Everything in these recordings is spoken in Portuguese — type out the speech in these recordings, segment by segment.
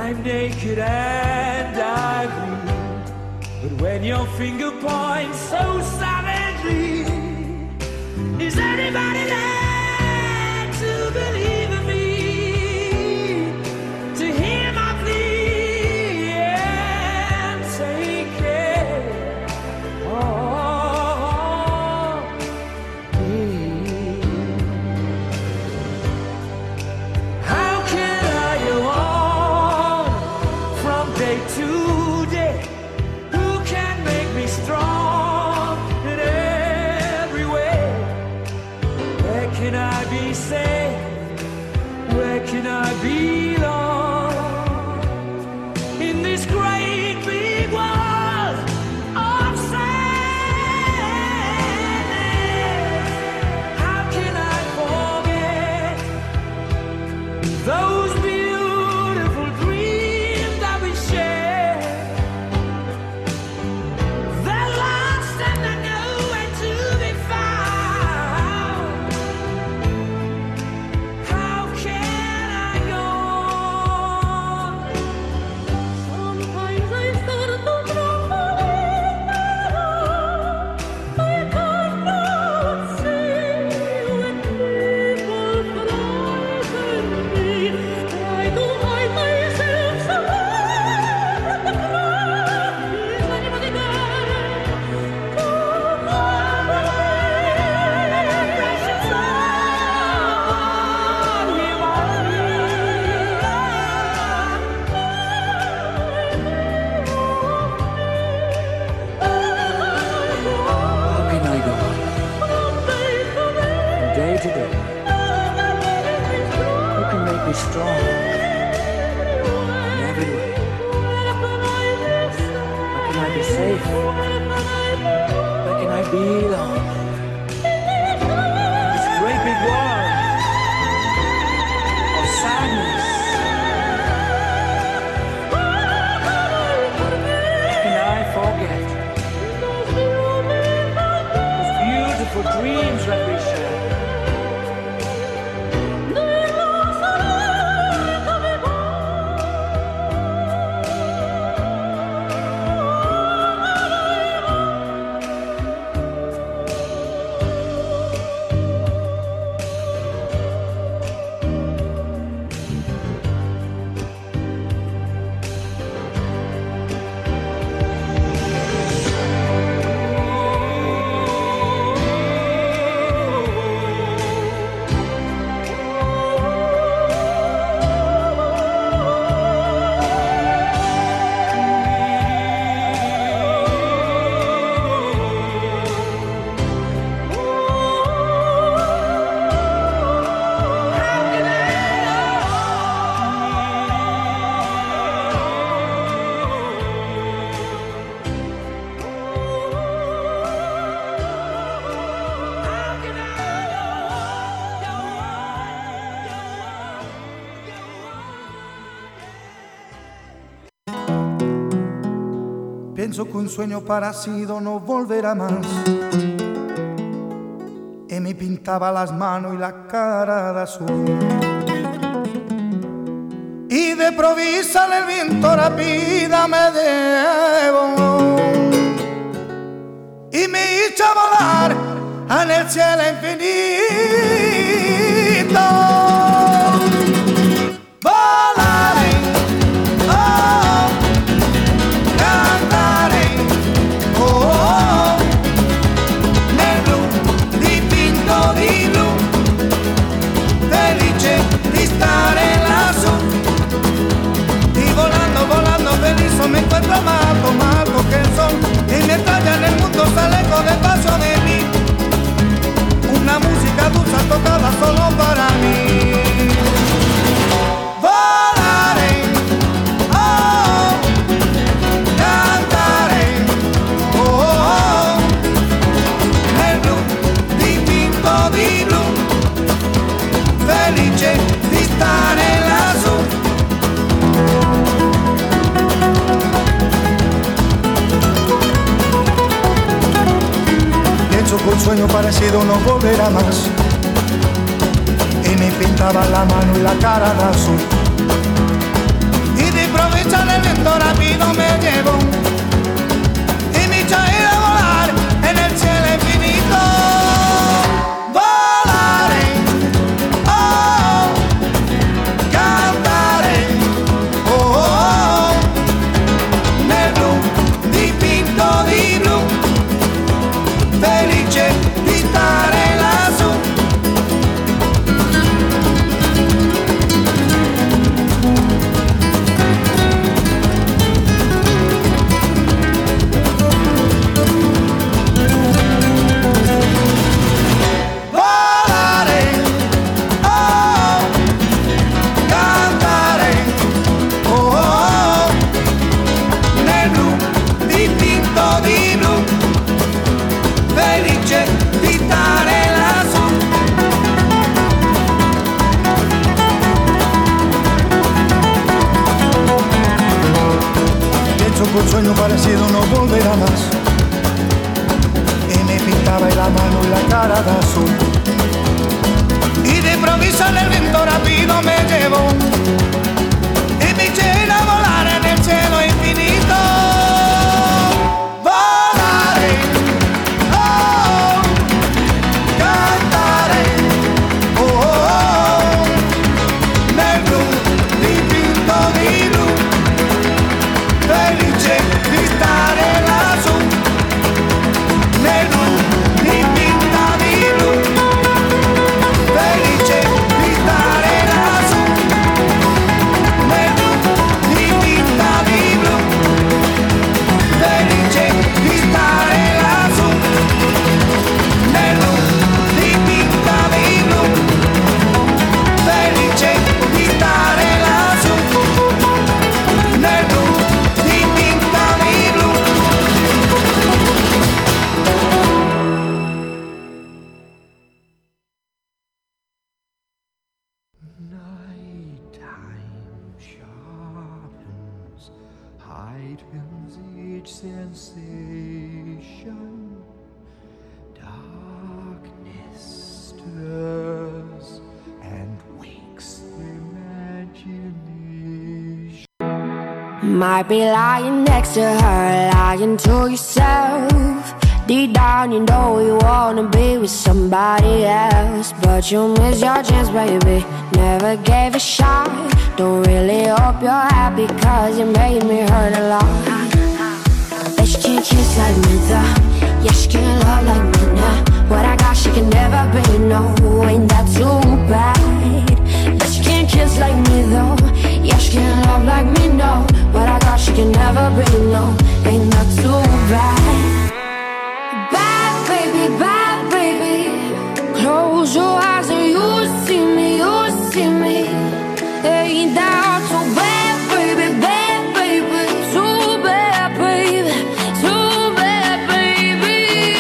I'm naked and I bleed, but when your finger points so savagely, is anybody there to believe in me, to hear my plea and take care of me? How can I go on from day to day? Who can make me strong in every way? Where can I be safe? Where can I belong? In this great big world of sadness, how can I forget those beautiful dreams that we shared? They're lost and they're nowhere to be found. How can I go on? Sometimes I start to tremble, I cannot see when people frighten me. Try to hide myself somewhere from the crowd. Is anybody there to love me? Precious Lord, hear my How can I go on from day to day? Who can make me strong in every way? How can I be safe? Where can I belong? This great big world of sadness. How can I forget those beautiful dreams that we shared? Pienso que un sueño parecido no volverá más. Y me pintaba las manos y la cara de azul. Y de provisa el viento rápida me llevó y me hizo volar en el cielo infinito. Volaré, oh, cantaré, oh, nel blu dipinto di blu, felice di stare lassù. Y volando, volando feliz me encuentro amado, amado que son. Y mientras ya en el mundo sale con el paso de mí, una música dulce tocada solo para mí. Volaré, oh, cantaré, oh, nel blu dipinto di blu, felice di stare lassù. Pienso que un sueño parecido no volverá más. Y me pintaba la mano y la cara de azul. Y de pronto provvista del viento rápido me llevó y me hizo ir a volar en el cielo infinito. Volaré, oh, cantaré, oh, oh, oh, nel blu dipinto di blu, felice di stare lassù. Volare, oh, cantare, oh, oh, oh, nel blu dipinto di blu, felice di stare lassù. Pienso que un sueño parecido no volverá más, y me pintaba la mano y la cara de azul, y de improviso el viento rápido me llevó y me eché a volar en el cielo infinito. Volaré, oh, cantaré, oh, oh, oh, nel blu dipinto di blu, felice di stare lassù, nel blu dipinto di blu, felice di stare lassù, nel blu dipinto di blu, felice di stare lassù, nel blu dipinto di blu, felice di stare lassù, nel blu dipinto di blu. Nighttime sharpens, heightens each sensation. Darkness stirs and wakes imagination. Might be lying next to her, lying to yourself. Deep down you know you wanna be with somebody else, but you miss your chance, baby, never gave a shot. Don't really hope you're happy, cause you made me hurt a lot. Bet she can't kiss like me though, yeah she can't love like me now. What I got she can never be, no, ain't that too bad? Bet she can't kiss like me though, yeah she can't love like me, no. What I got she can never be, no, ain't that too bad? Bad baby, close your eyes and you see me, you see me. Ain't that so bad, baby, too bad, baby, too bad, baby.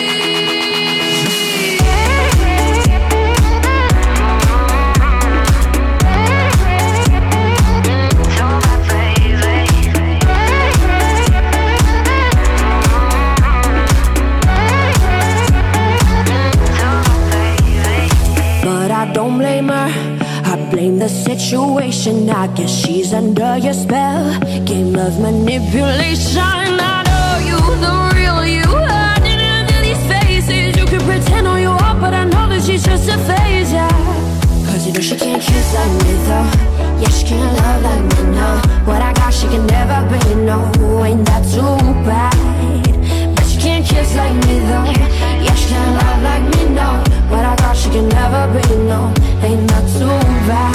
But I don't blame her, I blame the situation. I guess she's under your spell, game of manipulation. I know you, the real you, hiding under these faces. You can pretend all you want, but I know that she's just a phase, yeah. Cause you know she can't kiss like me though, yeah she can't love like me, no. What I got she can never be, no, ain't that too bad? But she can't kiss like me though, yeah she can't love like me, no. What I got she can never be, no, ain't that too bad?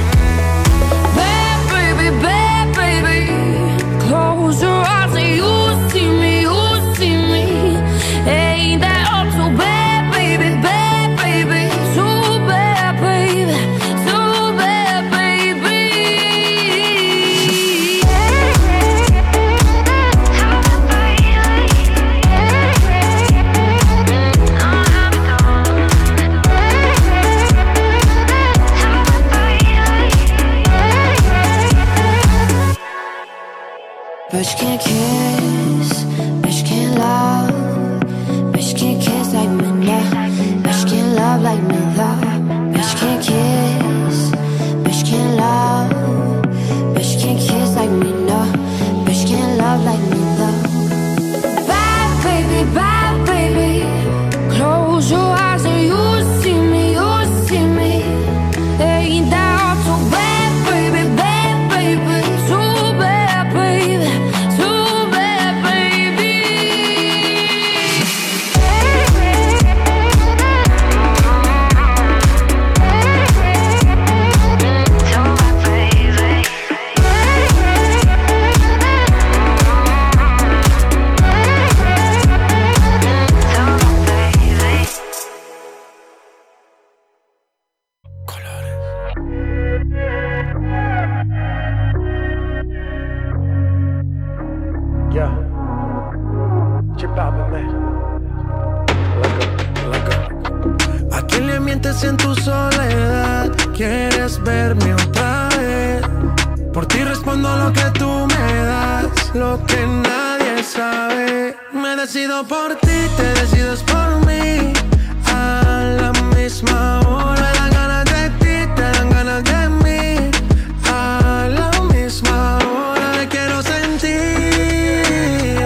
Bad baby, close your eyes and you see me, you see me. Ain't that all too bad, baby, too bad, baby, too bad, baby. But she can't kiss, but she can't love, but she can't kiss like me, no. But she can't love like me, though. But she can't kiss, but she can't love, but she can't kiss like me, no. si en tu soledad quieres verme otra vez. Por ti respondo lo que tú me das, lo que nadie sabe. Me decido por ti, te decides por mí. A la misma hora me dan ganas de ti, te dan ganas de mí. A la misma hora me quiero sentir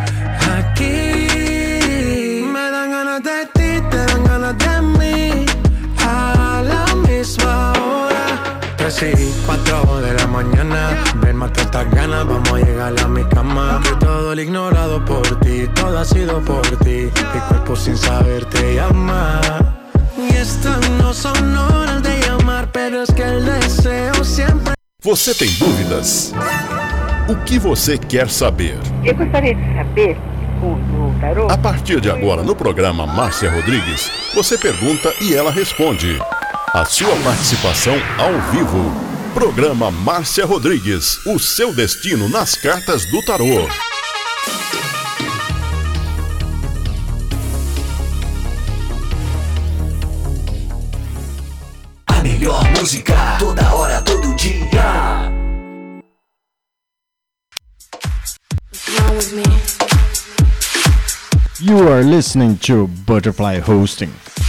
aquí. Me dan ganas de ti, te dan ganas de mí. A la misma hora. 3 y 4 de la mañana, ven, mata estas ganas, vamos a llegar a mi cama. Que todo el ignorado por ti, todo ha sido por ti. Mi cuerpo sin saber te llama. E estas não são horas de llamar, pero es que el deseo siempre. Você tem dúvidas? O que você quer saber? Eu gostaria de saber, o tarô... A partir de agora, no programa Márcia Rodrigues, você pergunta e ela responde. A sua participação ao vivo. Programa Márcia Rodrigues, o seu destino nas cartas do tarô. A melhor música, toda hora, todo dia. You are listening to Butterfly Hosting.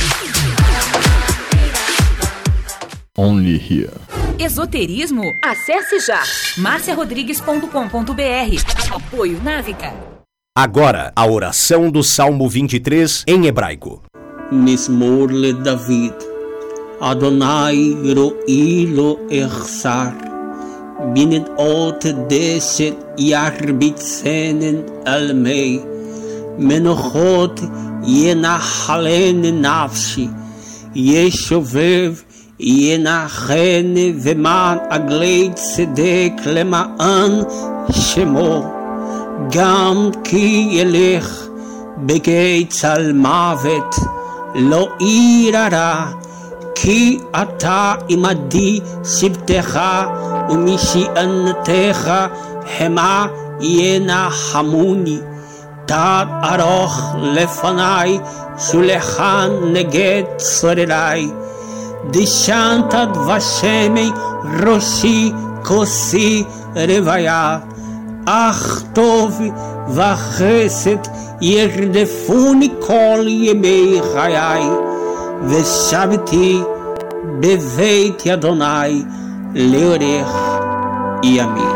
Only here. Esoterismo? Acesse já marciarodrigues.com.br. Apoio Návica. Agora, a oração do Salmo 23 em hebraico. Mismor le David. Adonai ro'i lo echsar. Binnen ot deset yarbitzenen almei. Menochot yenachalene nafshi. Yeshovev ינחני ומען עגלי צדק למען שמו, גם כי ילך בגיא צל מוות לא ירא, כי אתה עמדי שבטך ומשענתך המה ינחמוני. תד ארוך לפני שולחן נגד צורריי. Dishantad Vashemi Roshi Kosi Revaya Achtovi Vacheset Yerdefuni Kol Yemei Chayai Veshabiti Beveit Adonai Leorech Yamin.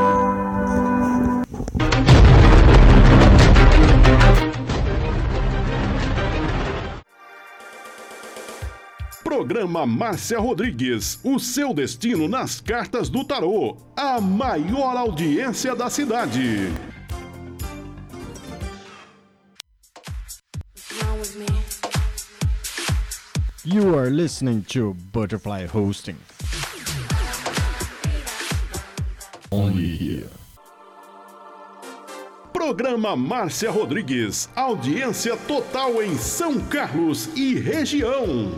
Programa Márcia Rodrigues, o seu destino nas cartas do tarô. A maior audiência da cidade. You are listening to Butterfly Hosting. Only here. Programa Márcia Rodrigues, audiência total em São Carlos e região.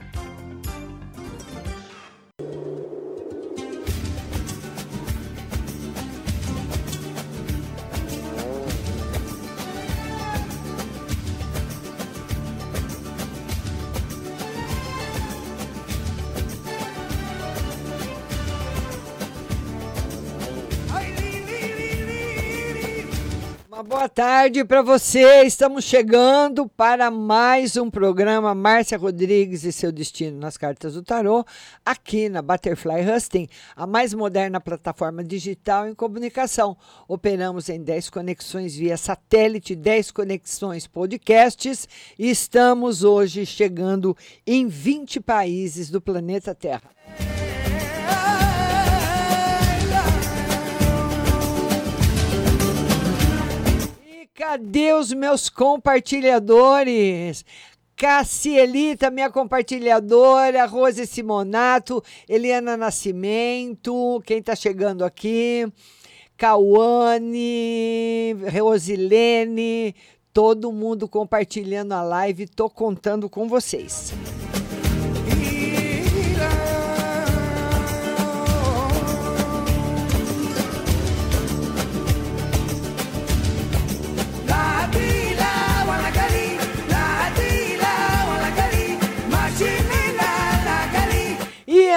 Boa tarde para você, estamos chegando para mais um programa Márcia Rodrigues e seu destino nas cartas do tarô, aqui na Butterfly Hosting, a mais moderna plataforma digital em comunicação. Operamos em 10 conexões via satélite, 10 conexões podcasts e estamos hoje chegando em 20 países do planeta Terra. Cadê os meus compartilhadores? Cassielita, minha compartilhadora, Rose Simonato, Eliana Nascimento, quem está chegando aqui, Cauane, Rosilene, todo mundo compartilhando a live, tô contando com vocês.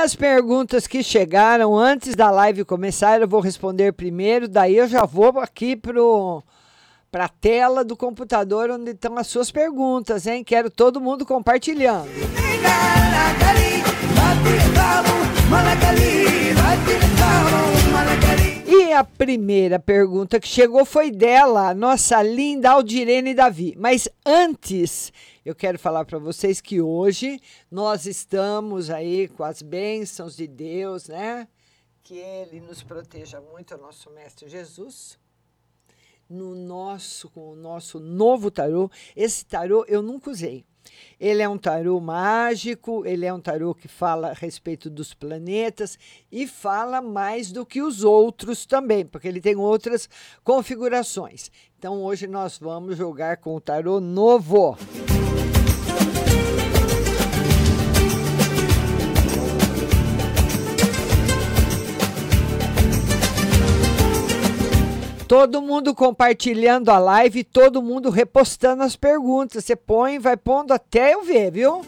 As perguntas que chegaram antes da live começar, eu vou responder primeiro, daí eu já vou aqui para a tela do computador onde estão as suas perguntas, hein? Quero todo mundo compartilhando. E a primeira pergunta que chegou foi dela, nossa linda Aldirene Davi. Mas antes, eu quero falar para vocês que hoje nós estamos aí com as bênçãos de Deus, né? Que Ele nos proteja muito, o nosso Mestre Jesus. Com o nosso novo tarô. Esse tarô eu nunca usei. Ele é um tarô mágico, ele é um tarô que fala a respeito dos planetas e fala mais do que os outros também, porque ele tem outras configurações. Então hoje nós vamos jogar com o tarô novo. Todo mundo compartilhando a live, todo mundo repostando as perguntas. Você põe, vai pondo até eu ver, viu?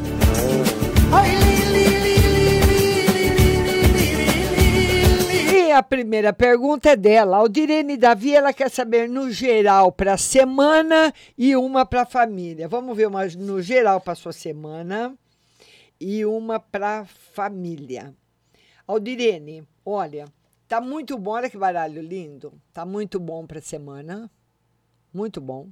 E a primeira pergunta é dela. Aldirene Davi, ela quer saber no geral para a semana e uma para a família. Vamos ver uma no geral para a sua semana e uma para a família. Aldirene, olha... Tá muito bom, olha que baralho lindo. Tá muito bom para a semana. Muito bom.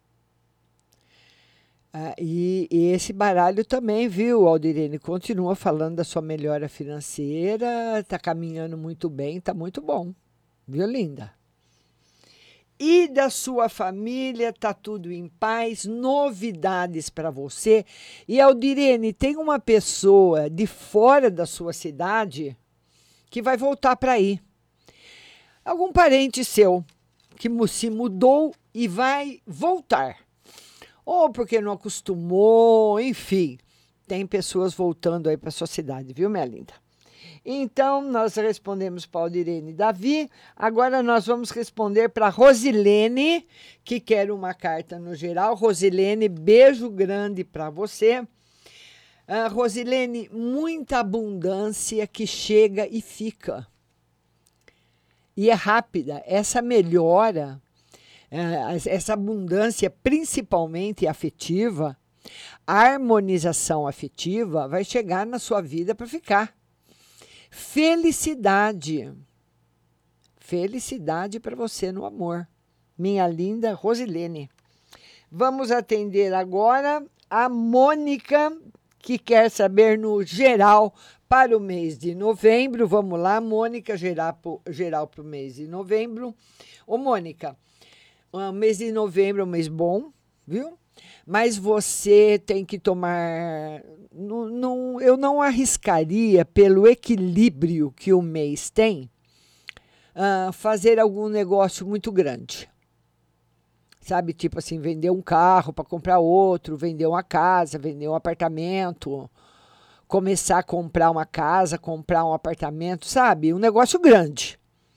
E esse baralho também, viu, Aldirene? Continua falando da sua melhora financeira. Tá caminhando muito bem, tá muito bom. Viu, linda? E da sua família, tá tudo em paz. Novidades para você. E, Aldirene, tem uma pessoa de fora da sua cidade... que vai voltar para aí. Algum parente seu que se mudou e vai voltar. Ou porque não acostumou, enfim. Tem pessoas voltando aí para sua cidade, viu, minha linda? Então, nós respondemos para Aldirene Davi. Agora nós vamos responder para Rosilene, que quer uma carta no geral. Rosilene, beijo grande para você. Rosilene, muita abundância que chega e fica. E é rápida. Essa melhora, essa abundância, principalmente afetiva, a harmonização afetiva, vai chegar na sua vida para ficar. Felicidade. Felicidade para você no amor. Minha linda Rosilene. Vamos atender agora a Mônica, que quer saber no geral para o mês de novembro. Vamos lá, Mônica, geral para o mês de novembro. Ô, Mônica, o mês de novembro é um mês bom, viu? Mas você tem que tomar... eu não arriscaria, pelo equilíbrio que o mês tem, fazer algum negócio muito grande. Sabe, tipo assim, vender um carro para comprar outro, vender uma casa, vender um apartamento, começar a comprar uma casa, comprar um apartamento, sabe? Um negócio grande.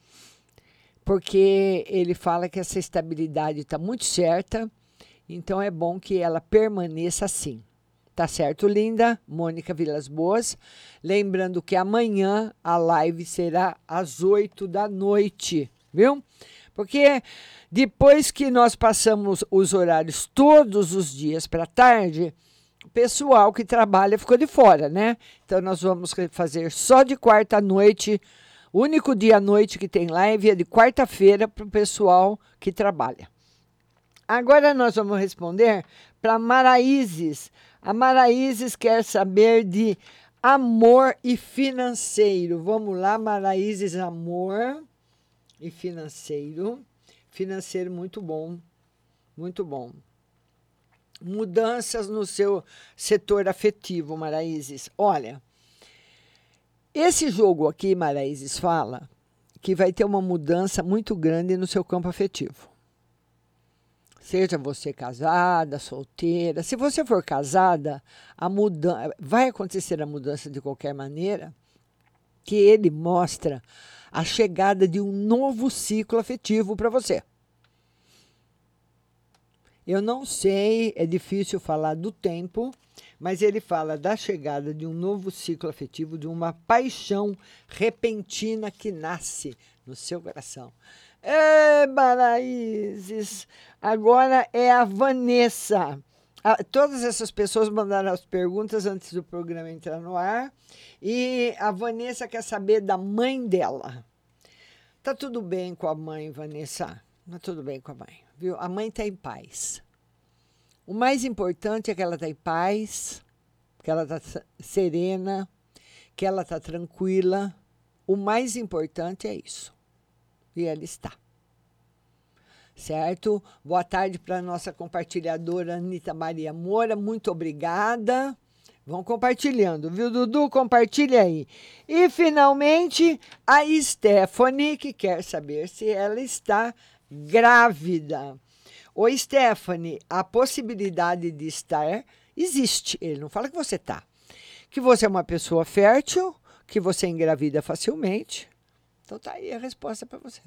Porque ele fala que essa estabilidade está muito certa, então é bom que ela permaneça assim. Tá certo, linda? Mônica Vilas Boas. Lembrando que amanhã a live será às 8 da noite, viu? Porque depois que nós passamos os horários todos os dias para tarde, o pessoal que trabalha ficou de fora, né? Então nós vamos fazer só de quarta à noite. O único dia à noite que tem live é de quarta-feira para o pessoal que trabalha. Agora nós vamos responder para Maraízes. A Maraízes quer saber de amor e financeiro. Vamos lá, Maraízes, amor e financeiro. Financeiro muito bom, muito bom. Mudanças no seu setor afetivo, Maraízes. Olha, esse jogo aqui, Maraízes, fala que vai ter uma mudança muito grande no seu campo afetivo. Seja você casada, solteira. Se você for casada, vai acontecer a mudança de qualquer maneira, que ele mostra a chegada de um novo ciclo afetivo para você. Eu não sei, é difícil falar do tempo, Mas ele fala da chegada de um novo ciclo afetivo, de uma paixão repentina que nasce no seu coração. Baraízes! Agora é a Vanessa. Todas essas pessoas mandaram as perguntas antes do programa entrar no ar. E a Vanessa quer saber da mãe dela. Tá tudo bem com a mãe, Vanessa? Tá tudo bem com a mãe, viu? A mãe está em paz. O mais importante é que ela está em paz, que ela está serena, que ela está tranquila. O mais importante é isso. E ela está. Certo? Boa tarde para a nossa compartilhadora Anita Maria Moura. Muito obrigada. Vão compartilhando, viu, Dudu? Compartilha aí. E, finalmente, a Stephanie, que quer saber se ela está grávida. Ô, Stephanie, a possibilidade de estar existe. Ele não fala que você está. Que você é uma pessoa fértil, que você engravida facilmente. Então, tá aí a resposta para você.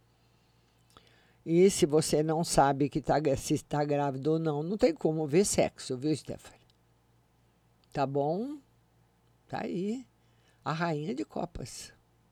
E se você não sabe que se está grávida ou não, não tem como ver sexo, viu, Stephanie? Tá bom? Tá aí. A rainha de copas.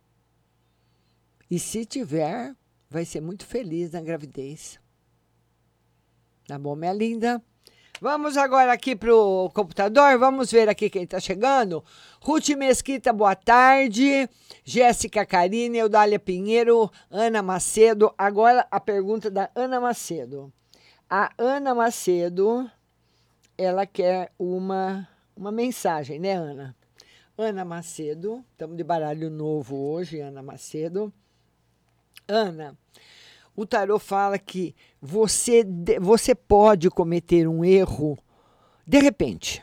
E se tiver, vai ser muito feliz na gravidez. Tá bom, minha linda? Vamos agora aqui para o computador. Vamos ver aqui quem está chegando. Ruth Mesquita, boa tarde. Jéssica Carine, Eudália Pinheiro, Ana Macedo. Agora a pergunta da Ana Macedo. A Ana Macedo, ela quer uma mensagem, né, Ana? Ana Macedo, estamos de baralho novo hoje, Ana Macedo. Ana, o tarô fala que você pode cometer um erro de repente.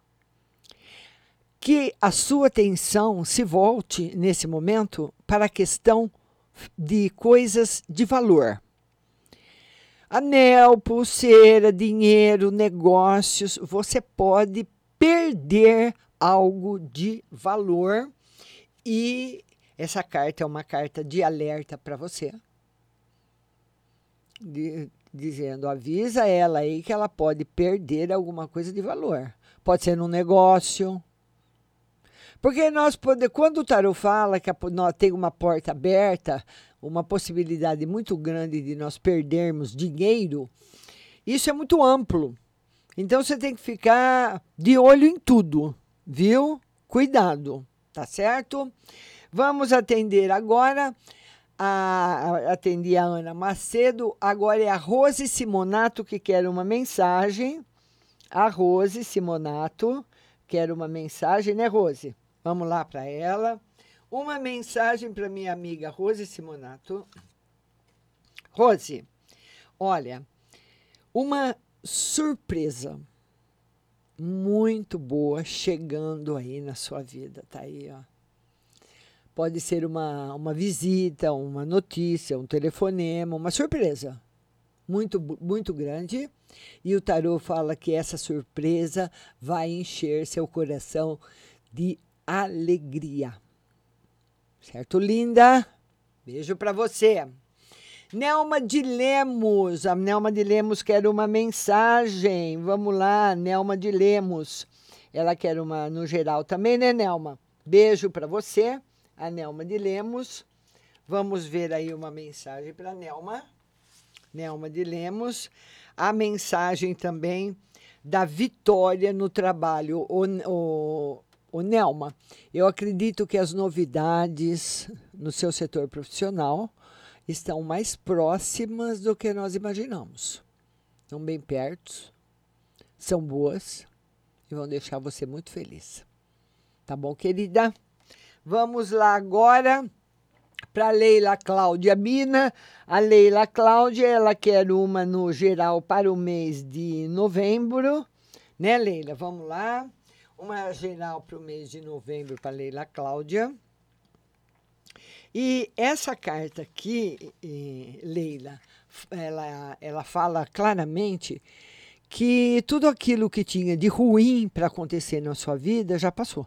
Que a sua atenção se volte, nesse momento, para a questão de coisas de valor. Anel, pulseira, dinheiro, negócios, você pode perder algo de valor e essa carta é uma carta de alerta para você. Dizendo, avisa ela aí que ela pode perder alguma coisa de valor. Pode ser num negócio. Porque quando o tarô fala que nós tem uma porta aberta, uma possibilidade muito grande de nós perdermos dinheiro, isso é muito amplo. Então, você tem que ficar de olho em tudo, viu? Cuidado, tá certo? Vamos atender agora. Atendi a Ana Macedo. Agora é a Rose Simonato que quer uma mensagem. A Rose Simonato quer uma mensagem, né, Rose? Vamos lá para ela. Uma mensagem para minha amiga Rose Simonato. Rose, olha, uma surpresa muito boa chegando aí na sua vida, tá aí, ó. Pode ser uma visita, uma notícia, um telefonema, uma surpresa muito, muito grande. E o tarô fala que essa surpresa vai encher seu coração de alegria. Certo, linda? Beijo para você. Nelma de Lemos. A Nelma de Lemos quer uma mensagem. Vamos lá, Nelma de Lemos. Ela quer uma no geral também, né, Nelma? Beijo para você, a Nelma de Lemos. Vamos ver aí uma mensagem para Nelma. Nelma de Lemos. A mensagem também da vitória no trabalho. O Nelma, eu acredito que as novidades no seu setor profissional estão mais próximas do que nós imaginamos. Estão bem perto, são boas e vão deixar você muito feliz. Tá bom, querida? Vamos lá agora para a Leila Cláudia Mina. A Leila Cláudia, ela quer uma no geral para o mês de novembro. Né, Leila? Vamos lá. Uma geral para o mês de novembro para Leila Cláudia. E essa carta aqui, Leila, ela fala claramente que tudo aquilo que tinha de ruim para acontecer na sua vida já passou.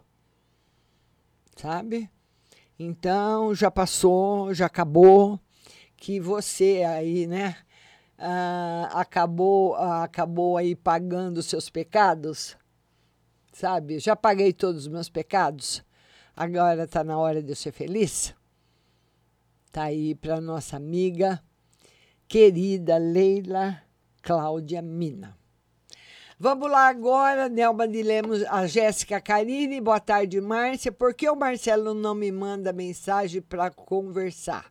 Sabe? Então, já passou, já acabou, que você aí, né, acabou aí pagando os seus pecados. sabe? Já paguei todos os meus pecados. Agora está na hora de eu ser feliz. Tá aí para nossa amiga querida Leila Cláudia Mina. Vamos lá agora, Nelma de Lemos, a Jéssica Carine. Boa tarde, Márcia. Por que o Marcelo não me manda mensagem para conversar?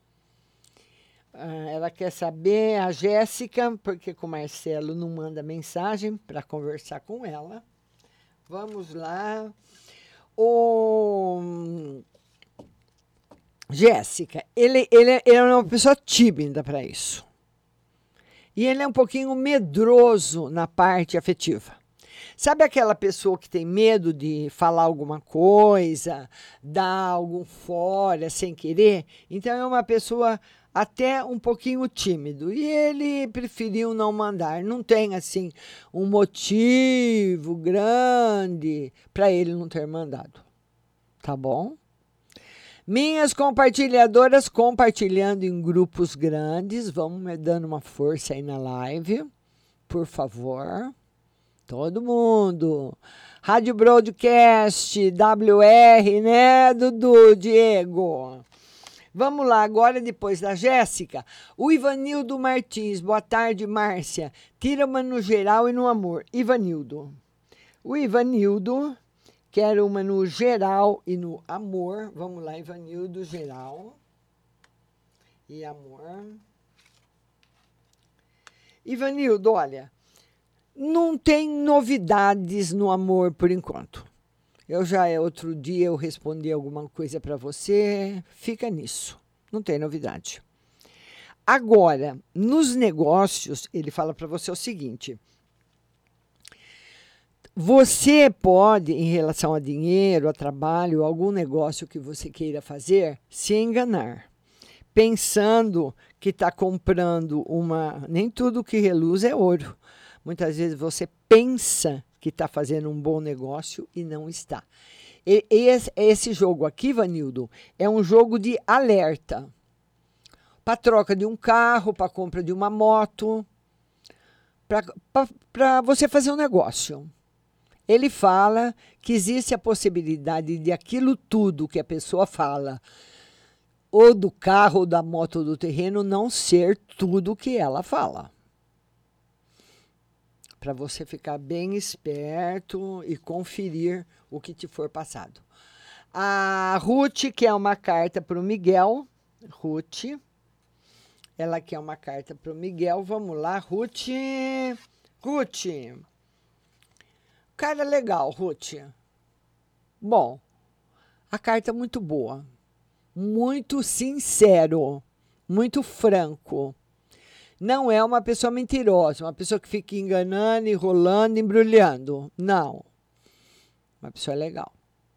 Ela quer saber, a Jéssica, porque o Marcelo não manda mensagem para conversar com ela. Vamos lá. Jéssica, ele é uma pessoa tímida para isso. E ele é um pouquinho medroso na parte afetiva. Sabe aquela pessoa que tem medo de falar alguma coisa, dar algum fora sem querer? Então é uma pessoa até um pouquinho tímido. E ele preferiu não mandar. Não tem, assim, um motivo grande para ele não ter mandado. Tá bom? Minhas compartilhadoras compartilhando em grupos grandes. Vamos me dando uma força aí na live, por favor. Todo mundo. Rádio Broadcast, WR, né, Dudu, Diego? Vamos lá, agora depois da Jéssica. O Ivanildo Martins. Boa tarde, Márcia. Tira uma no geral e no amor. Ivanildo. O Ivanildo... Quero uma no geral e no amor. Vamos lá, Ivanildo, geral e amor. Ivanildo, olha, não tem novidades no amor por enquanto. Outro dia eu respondi alguma coisa para você, fica nisso. Não tem novidade. Agora, nos negócios, ele fala para você o seguinte... Você pode, em relação a dinheiro, a trabalho, algum negócio que você queira fazer, se enganar. Pensando que está comprando uma... Nem tudo que reluz é ouro. Muitas vezes você pensa que está fazendo um bom negócio e não está. Esse jogo aqui, Vanildo, é um jogo de alerta. Para troca de um carro, para compra de uma moto, para você fazer um negócio. Ele fala que existe a possibilidade de aquilo tudo que a pessoa fala, ou do carro, ou da moto, ou do terreno, não ser tudo que ela fala. Para você ficar bem esperto e conferir o que te for passado. A Ruth quer uma carta para o Miguel. Ruth, ela quer uma carta para o Miguel. Vamos lá, Ruth. Ruth. Cara legal, Ruth. Bom, a carta é muito boa. Muito sincero. Muito franco. Não é uma pessoa mentirosa. Uma pessoa que fica enganando, enrolando, embrulhando. Não. Uma pessoa legal.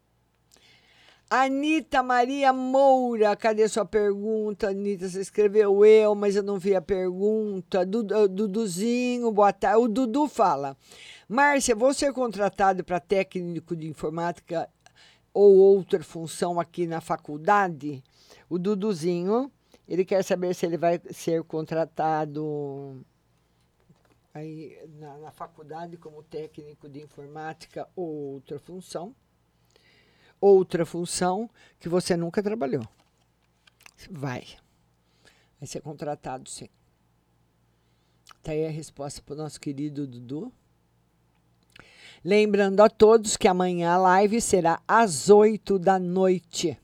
Anita Maria Moura, cadê sua pergunta? Anita, você escreveu mas eu não vi a pergunta. Duduzinho, boa tarde. O Dudu fala... Márcia, vou ser contratado para técnico de informática ou outra função aqui na faculdade? O Duduzinho, ele quer saber se ele vai ser contratado aí na faculdade como técnico de informática ou outra função. Outra função que você nunca trabalhou. Vai ser contratado, sim. Tá aí a resposta para o nosso querido Dudu. Lembrando a todos que amanhã a live será às 20h.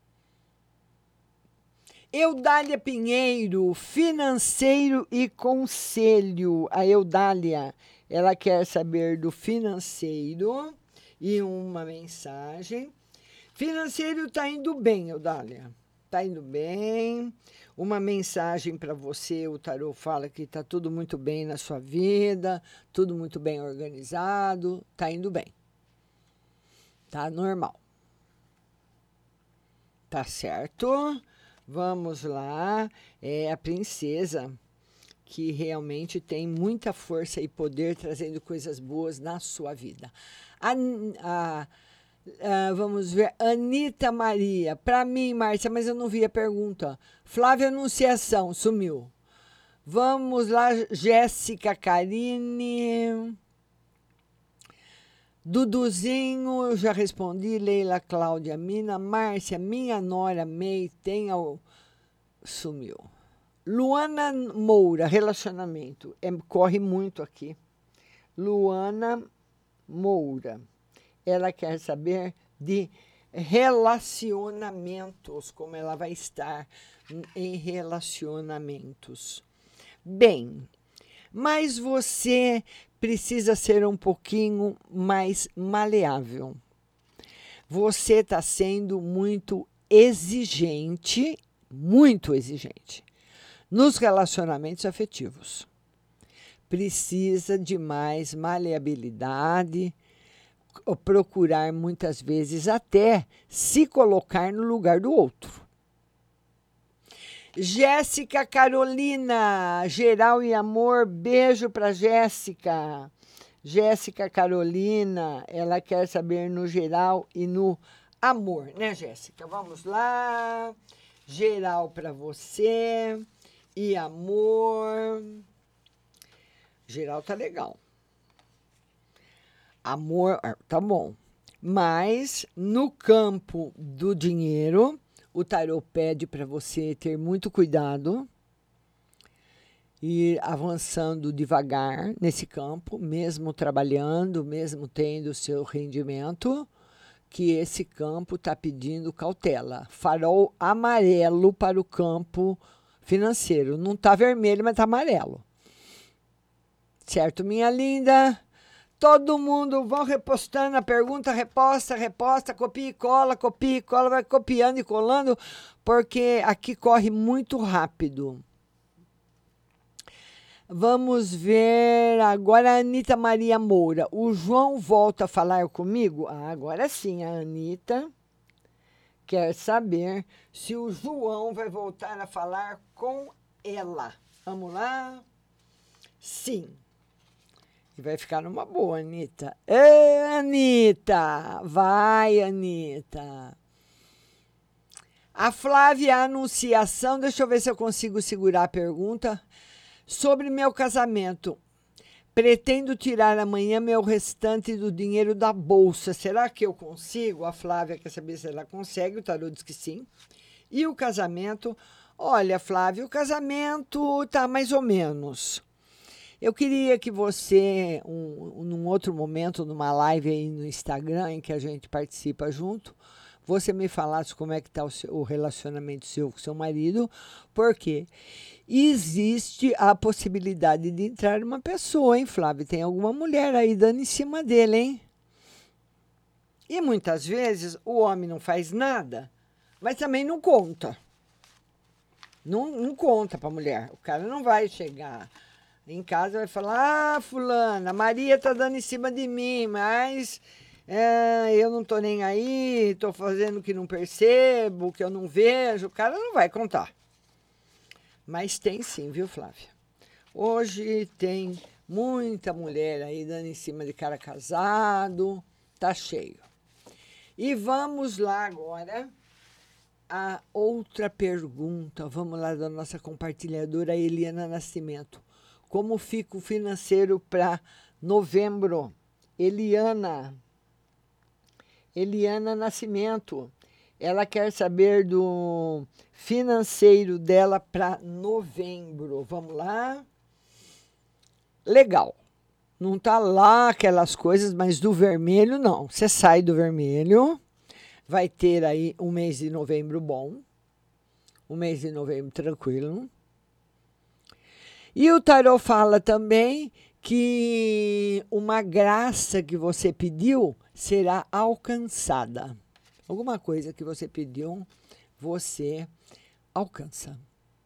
Eudália Pinheiro, financeiro e conselho. A Eudália, ela quer saber do financeiro e uma mensagem. Financeiro está indo bem, Eudália. Está indo bem. Uma mensagem para você, o tarô fala que está tudo muito bem na sua vida, tudo muito bem organizado, está indo bem. Tá normal. Tá certo? Vamos lá. É a princesa que realmente tem muita força e poder trazendo coisas boas na sua vida. Vamos ver, Anita Maria. Para mim, Márcia, mas eu não vi a pergunta. Flávia Anunciação, sumiu. Vamos lá, Jéssica Carine. Duduzinho, eu já respondi. Leila, Cláudia, Mina, Márcia, minha nora, May, sumiu. Luana Moura, relacionamento. Corre muito aqui. Luana Moura. Ela quer saber de relacionamentos, como ela vai estar em relacionamentos. Bem, mas você precisa ser um pouquinho mais maleável. Você está sendo muito exigente nos relacionamentos afetivos. Precisa de mais maleabilidade, procurar muitas vezes até se colocar no lugar do outro. Jéssica Carolina, geral e amor, beijo para Jéssica. Jéssica Carolina, ela quer saber no geral e no amor, né, Jéssica? Vamos lá. Geral para você e amor. Geral tá legal. Amor, tá bom. Mas no campo do dinheiro, o tarô pede para você ter muito cuidado e ir avançando devagar nesse campo, mesmo trabalhando, mesmo tendo o seu rendimento, que esse campo está pedindo cautela. Farol amarelo para o campo financeiro. Não está vermelho, mas está amarelo. Certo, minha linda? Todo mundo vão repostando a pergunta, reposta, copia e cola, vai copiando e colando, porque aqui corre muito rápido. Vamos ver agora a Anitta Maria Moura. O João volta a falar comigo? Agora sim, a Anitta quer saber se o João vai voltar a falar com ela. Vamos lá? Sim. E vai ficar numa boa, Anitta. Anitta! Vai, Anitta! A Flávia Anunciação, deixa eu ver se eu consigo segurar a pergunta. Sobre meu casamento, pretendo tirar amanhã meu restante do dinheiro da bolsa. Será que eu consigo? A Flávia quer saber se ela consegue, o tarô diz que sim. E o casamento? Olha, Flávia, o casamento tá mais ou menos. Eu queria que você, num outro momento, numa live aí no Instagram, em que a gente participa junto, você me falasse como é que está o relacionamento seu com seu marido, porque existe a possibilidade de entrar uma pessoa, hein, Flávio? Tem alguma mulher aí dando em cima dele, hein? E muitas vezes o homem não faz nada, mas também não conta. Não conta para a mulher. O cara não vai chegar em casa e vai falar: fulana, Maria tá dando em cima de mim, mas eu não tô nem aí, tô fazendo o que não percebo, que eu não vejo. O cara não vai contar. Mas tem sim, viu, Flávia? Hoje tem muita mulher aí dando em cima de cara casado, tá cheio. E vamos lá agora a outra pergunta. Vamos lá da nossa compartilhadora Eliana Nascimento. Como fica o financeiro para novembro? Eliana Nascimento. Ela quer saber do financeiro dela para novembro. Vamos lá. Legal. Não tá lá aquelas coisas, mas do vermelho não. Você sai do vermelho. Vai ter aí um mês de novembro bom. Um mês de novembro tranquilo. E o tarô fala também que uma graça que você pediu será alcançada. Alguma coisa que você pediu, você alcança.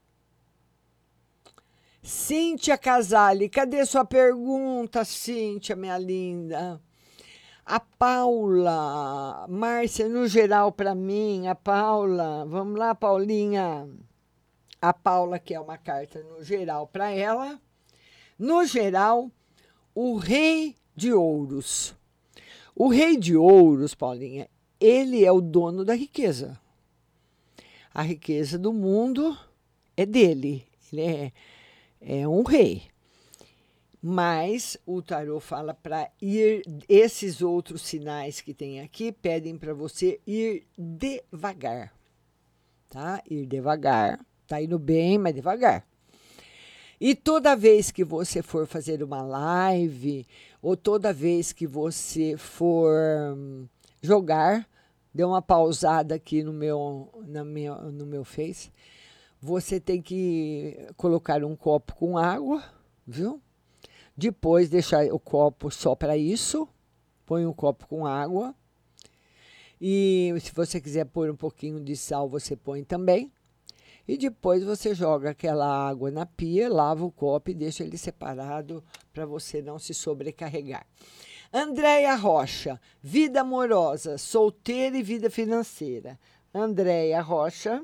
Cíntia Casale, cadê sua pergunta, Cíntia, minha linda? A Paula, Márcia, no geral para mim, a Paula, vamos lá, Paulinha. A Paula quer uma carta no geral para ela. No geral, o Rei de Ouros. O Rei de Ouros, Paulinha, ele é o dono da riqueza. A riqueza do mundo é dele. Ele é um rei. Mas o tarô fala para ir, esses outros sinais que tem aqui pedem para você ir devagar, tá? Ir devagar, tá indo bem, mas devagar. E toda vez que você for fazer uma live, ou toda vez que você for jogar, dê uma pausada aqui no meu Face, você tem que colocar um copo com água, viu? Depois deixar o copo só para isso, põe um copo com água. E se você quiser pôr um pouquinho de sal, você põe também. E depois você joga aquela água na pia, lava o copo e deixa ele separado para você não se sobrecarregar. Andréia Rocha, vida amorosa, solteira e vida financeira. Andréia Rocha,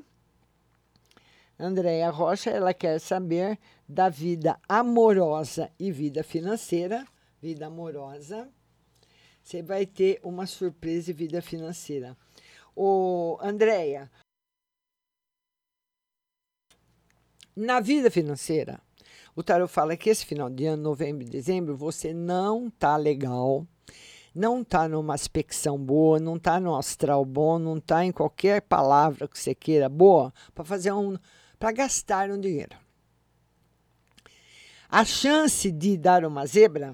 ela quer saber da vida amorosa e vida financeira. Vida amorosa, você vai ter uma surpresa e vida financeira. Ô, Andréia, na vida financeira, o tarô fala que esse final de ano, novembro e dezembro, você não tá legal, não tá numa aspecção boa, não tá no astral bom, não tá em qualquer palavra que você queira boa para gastar um dinheiro. A chance de dar uma zebra,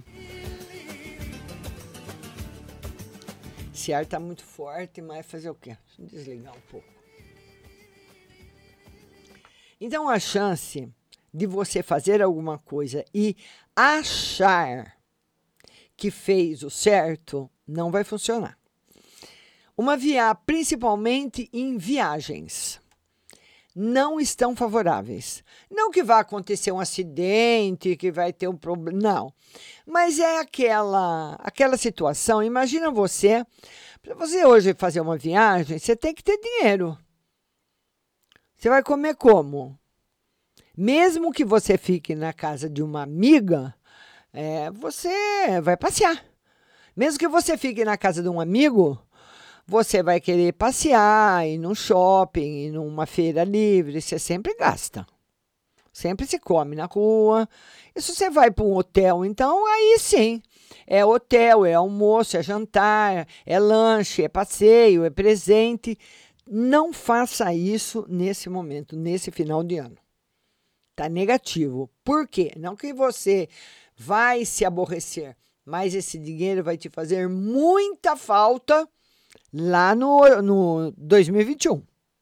esse ar tá muito forte, mas fazer o quê? Deixa eu desligar um pouco. Então, a chance de você fazer alguma coisa e achar que fez o certo não vai funcionar. Principalmente em viagens, não estão favoráveis. Não que vai acontecer um acidente, que vai ter um problema, não. Mas é aquela situação, imagina você, para você hoje fazer uma viagem, você tem que ter dinheiro. Você vai comer como? Mesmo que você fique na casa de uma amiga, você vai passear. Mesmo que você fique na casa de um amigo, você vai querer passear, ir num shopping, ir numa feira livre, você sempre gasta. Sempre se come na rua. E se você vai para um hotel, então, aí sim. É hotel, é almoço, é jantar, é lanche, é passeio, é presente. Não faça isso nesse momento, nesse final de ano. Tá negativo. Por quê? Não que você vai se aborrecer, mas esse dinheiro vai te fazer muita falta lá no 2021.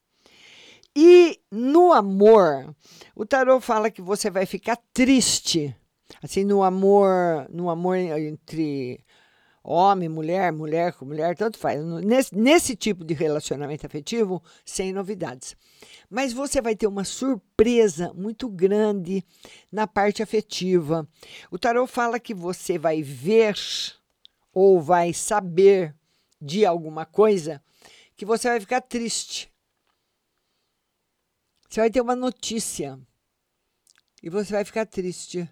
E no amor, o tarô fala que você vai ficar triste. Assim, no amor entre homem, mulher, mulher com mulher, tanto faz. Nesse tipo de relacionamento afetivo, sem novidades. Mas você vai ter uma surpresa muito grande na parte afetiva. O tarô fala que você vai ver ou vai saber de alguma coisa que você vai ficar triste. Você vai ter uma notícia e você vai ficar triste.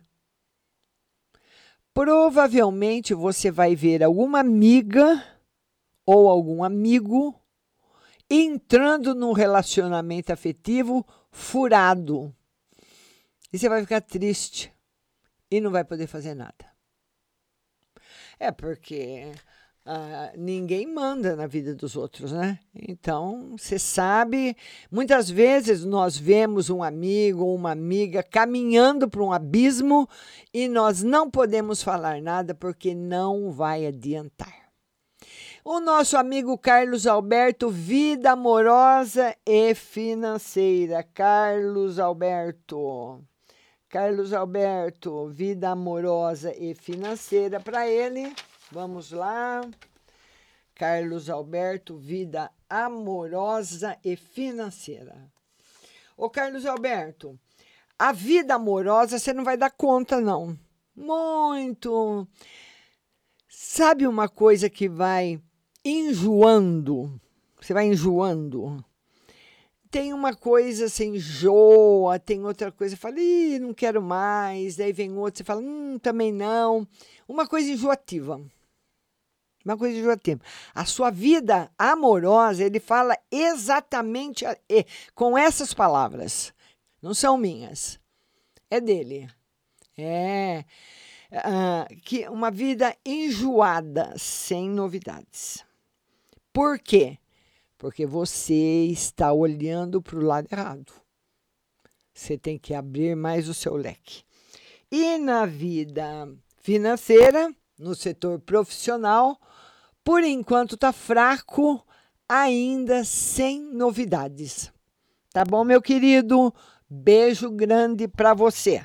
Provavelmente você vai ver alguma amiga ou algum amigo entrando num relacionamento afetivo furado. E você vai ficar triste e não vai poder fazer nada. É porque ninguém manda na vida dos outros, né? Então, você sabe, muitas vezes nós vemos um amigo ou uma amiga caminhando para um abismo e nós não podemos falar nada porque não vai adiantar. O nosso amigo Carlos Alberto, vida amorosa e financeira. Carlos Alberto, vida amorosa e financeira para ele. Vamos lá. Carlos Alberto, vida amorosa e financeira. Ô, Carlos Alberto, a vida amorosa você não vai dar conta, não. Muito. Sabe uma coisa que vai enjoando? Você vai enjoando. Tem uma coisa, você enjoa, tem outra coisa, você fala, não quero mais. Daí vem outra, você fala, também não. Uma coisa enjoativa. Uma coisa enjoativa. A sua vida amorosa, ele fala exatamente com essas palavras. Não são minhas. É dele. uma vida enjoada, sem novidades. Por quê? Porque você está olhando para o lado errado. Você tem que abrir mais o seu leque. E na vida financeira, no setor profissional, por enquanto está fraco, ainda sem novidades. Tá bom, meu querido? Beijo grande para você.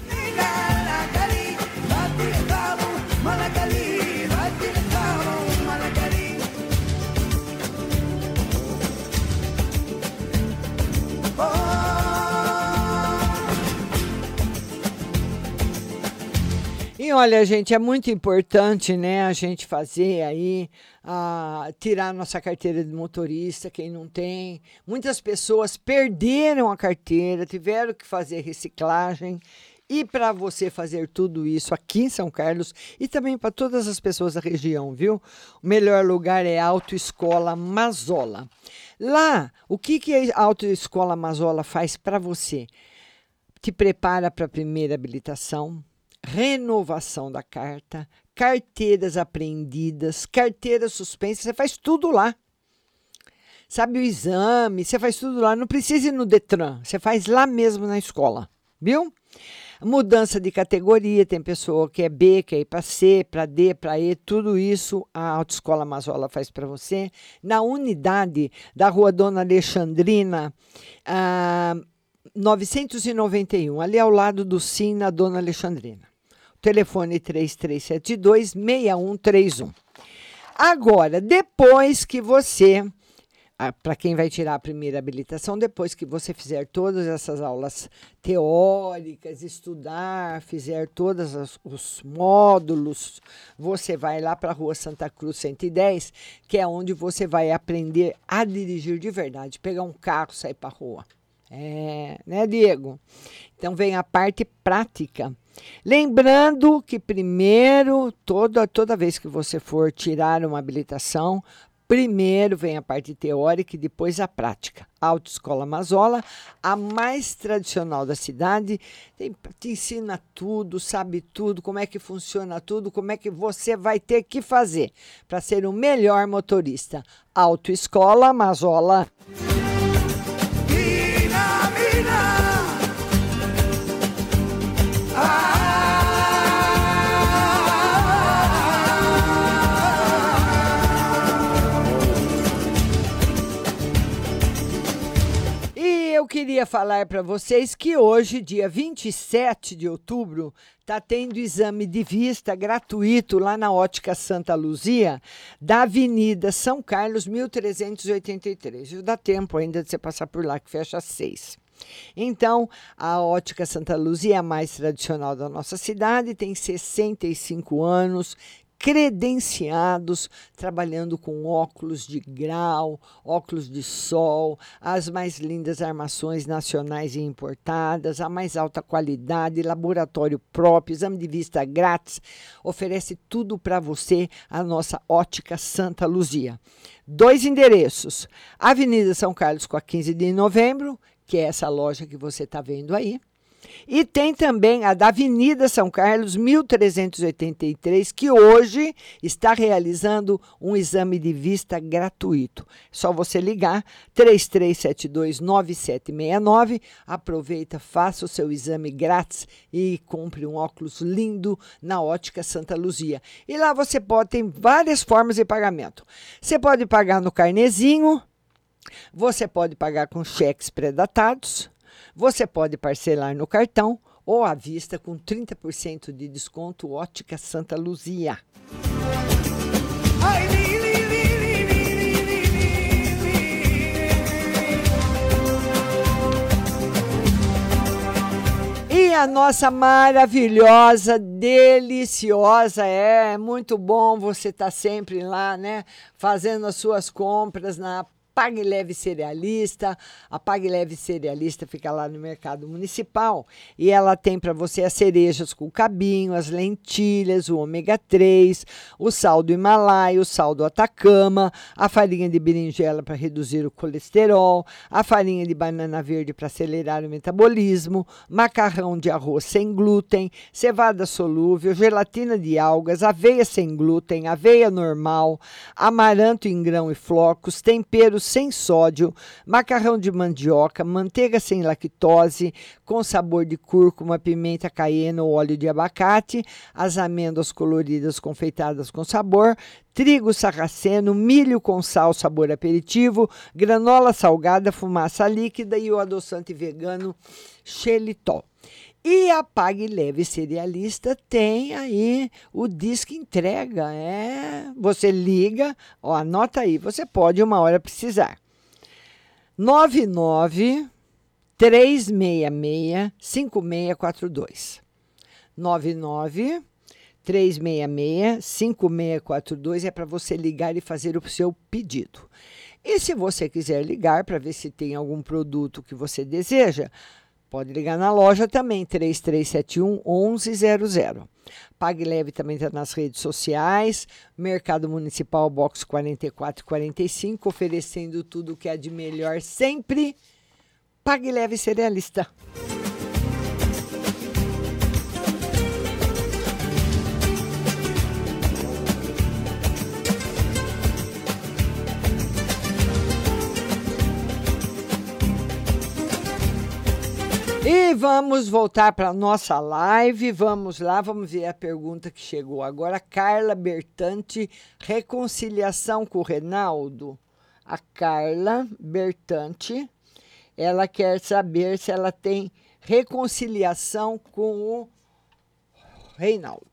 E olha, gente, é muito importante, né, a gente fazer aí, tirar nossa carteira de motorista, quem não tem. Muitas pessoas perderam a carteira, tiveram que fazer reciclagem. E para você fazer tudo isso aqui em São Carlos e também para todas as pessoas da região, viu? O melhor lugar é a Autoescola Mazola. Lá, o que a Autoescola Mazola faz para você? Te prepara para a primeira habilitação, renovação da carta, carteiras apreendidas, carteira suspensa, você faz tudo lá. Sabe, o exame, você faz tudo lá, não precisa ir no Detran, você faz lá mesmo na escola, viu? Mudança de categoria, tem pessoa que é B, quer ir para C, para D, para E, tudo isso a Autoescola Mazola faz para você. Na unidade da Rua Dona Alexandrina, 991, ali ao lado do Sim, na Dona Alexandrina. O telefone 3372-6131. Agora, depois que você... para quem vai tirar a primeira habilitação, depois que você fizer todas essas aulas teóricas, estudar, fizer todos os módulos, você vai lá para a Rua Santa Cruz 110, que é onde você vai aprender a dirigir de verdade, pegar um carro e sair para a rua. Né, Diego? Então vem a parte prática. Lembrando que primeiro, toda vez que você for tirar uma habilitação, primeiro vem a parte teórica e depois a prática. A Autoescola Mazola, a mais tradicional da cidade, te ensina tudo, sabe tudo, como é que funciona tudo, como é que você vai ter que fazer para ser o melhor motorista. Autoescola Mazola. Eu queria falar para vocês que hoje, dia 27 de outubro, está tendo exame de vista gratuito lá na Ótica Santa Luzia, da Avenida São Carlos, 1383. Dá tempo ainda de você passar por lá, que fecha às 6. Então, a Ótica Santa Luzia é a mais tradicional da nossa cidade, tem 65 anos, credenciados, trabalhando com óculos de grau, óculos de sol, as mais lindas armações nacionais e importadas, a mais alta qualidade, laboratório próprio, exame de vista grátis, oferece tudo para você a nossa Ótica Santa Luzia. 2 endereços, Avenida São Carlos com a 15 de novembro, que é essa loja que você está vendo aí. E tem também a da Avenida São Carlos, 1383, que hoje está realizando um exame de vista gratuito. Só você ligar, 3372-9769, aproveita, faça o seu exame grátis e compre um óculos lindo na Ótica Santa Luzia. E lá você tem várias formas de pagamento. Você pode pagar no carnezinho, você pode pagar com cheques pré-datados, você pode parcelar no cartão ou à vista com 30% de desconto. Ótica Santa Luzia. E a nossa maravilhosa, deliciosa, é muito bom você estar sempre lá, né? Fazendo as suas compras na Pague Leve Cerealista. A Pague Leve Cerealista fica lá no Mercado Municipal e ela tem para você as cerejas com cabinho, as lentilhas, o ômega 3, o sal do Himalaia, o sal do Atacama, a farinha de berinjela para reduzir o colesterol, a farinha de banana verde para acelerar o metabolismo, macarrão de arroz sem glúten, cevada solúvel, gelatina de algas, aveia sem glúten, aveia normal, amaranto em grão e flocos, temperos sem sódio, macarrão de mandioca, manteiga sem lactose, com sabor de cúrcuma, pimenta caiena ou óleo de abacate, as amêndoas coloridas confeitadas com sabor, trigo sarraceno, milho com sal, sabor aperitivo, granola salgada, fumaça líquida e o adoçante vegano xilitol. E a Pague Leve Cerealista tem aí o Disque Entrega. Você liga, anota aí, você pode uma hora precisar. 99 366 5642. 99 366 5642 é para você ligar e fazer o seu pedido. E se você quiser ligar para ver se tem algum produto que você deseja, pode ligar na loja também, 3371-1100. Pague Leve também está nas redes sociais, Mercado Municipal Box 4445, oferecendo tudo o que é de melhor sempre. Pague Leve Cerealista. E vamos voltar para a nossa live. Vamos lá, vamos ver a pergunta que chegou agora. Carla Bertante, reconciliação com o Reinaldo. A Carla Bertante, ela quer saber se ela tem reconciliação com o Reinaldo.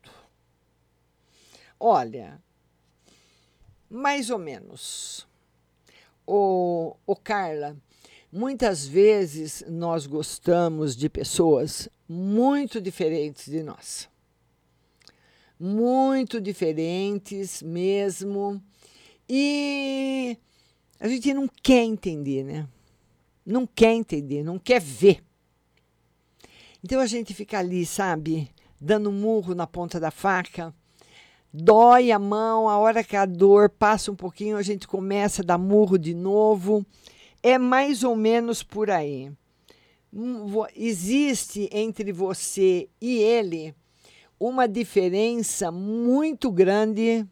Olha, mais ou menos. O Carla, muitas vezes nós gostamos de pessoas muito diferentes de nós. Muito diferentes mesmo. E a gente não quer entender, né? Não quer entender, não quer ver. Então a gente fica ali, sabe? Dando murro na ponta da faca. Dói a mão, a hora que a dor passa um pouquinho, a gente começa a dar murro de novo. É mais ou menos por aí. Existe entre você e ele uma diferença muito grande,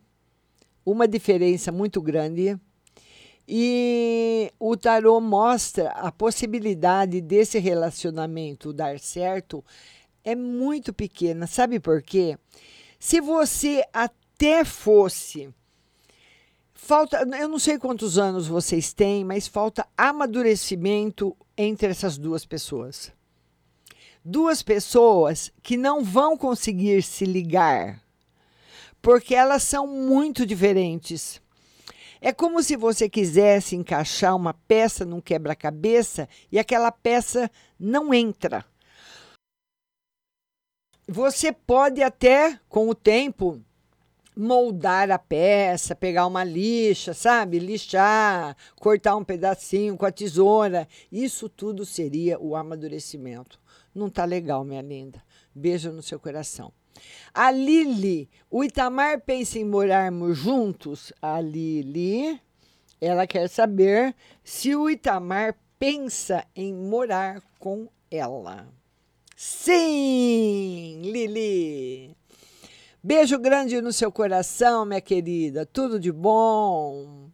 e o tarô mostra a possibilidade desse relacionamento dar certo é muito pequena. Sabe por quê? Se você até fosse... eu não sei quantos anos vocês têm, mas falta amadurecimento entre essas duas pessoas. Duas pessoas que não vão conseguir se ligar, porque elas são muito diferentes. É como se você quisesse encaixar uma peça num quebra-cabeça e aquela peça não entra. Você pode até, com o tempo, moldar a peça, pegar uma lixa, sabe? Lixar, cortar um pedacinho com a tesoura. Isso tudo seria o amadurecimento. Não tá legal, minha linda. Beijo no seu coração. A Lili, o Itamar pensa em morarmos juntos? A Lili, ela quer saber se o Itamar pensa em morar com ela. Sim, Lili. Beijo grande no seu coração, minha querida. Tudo de bom.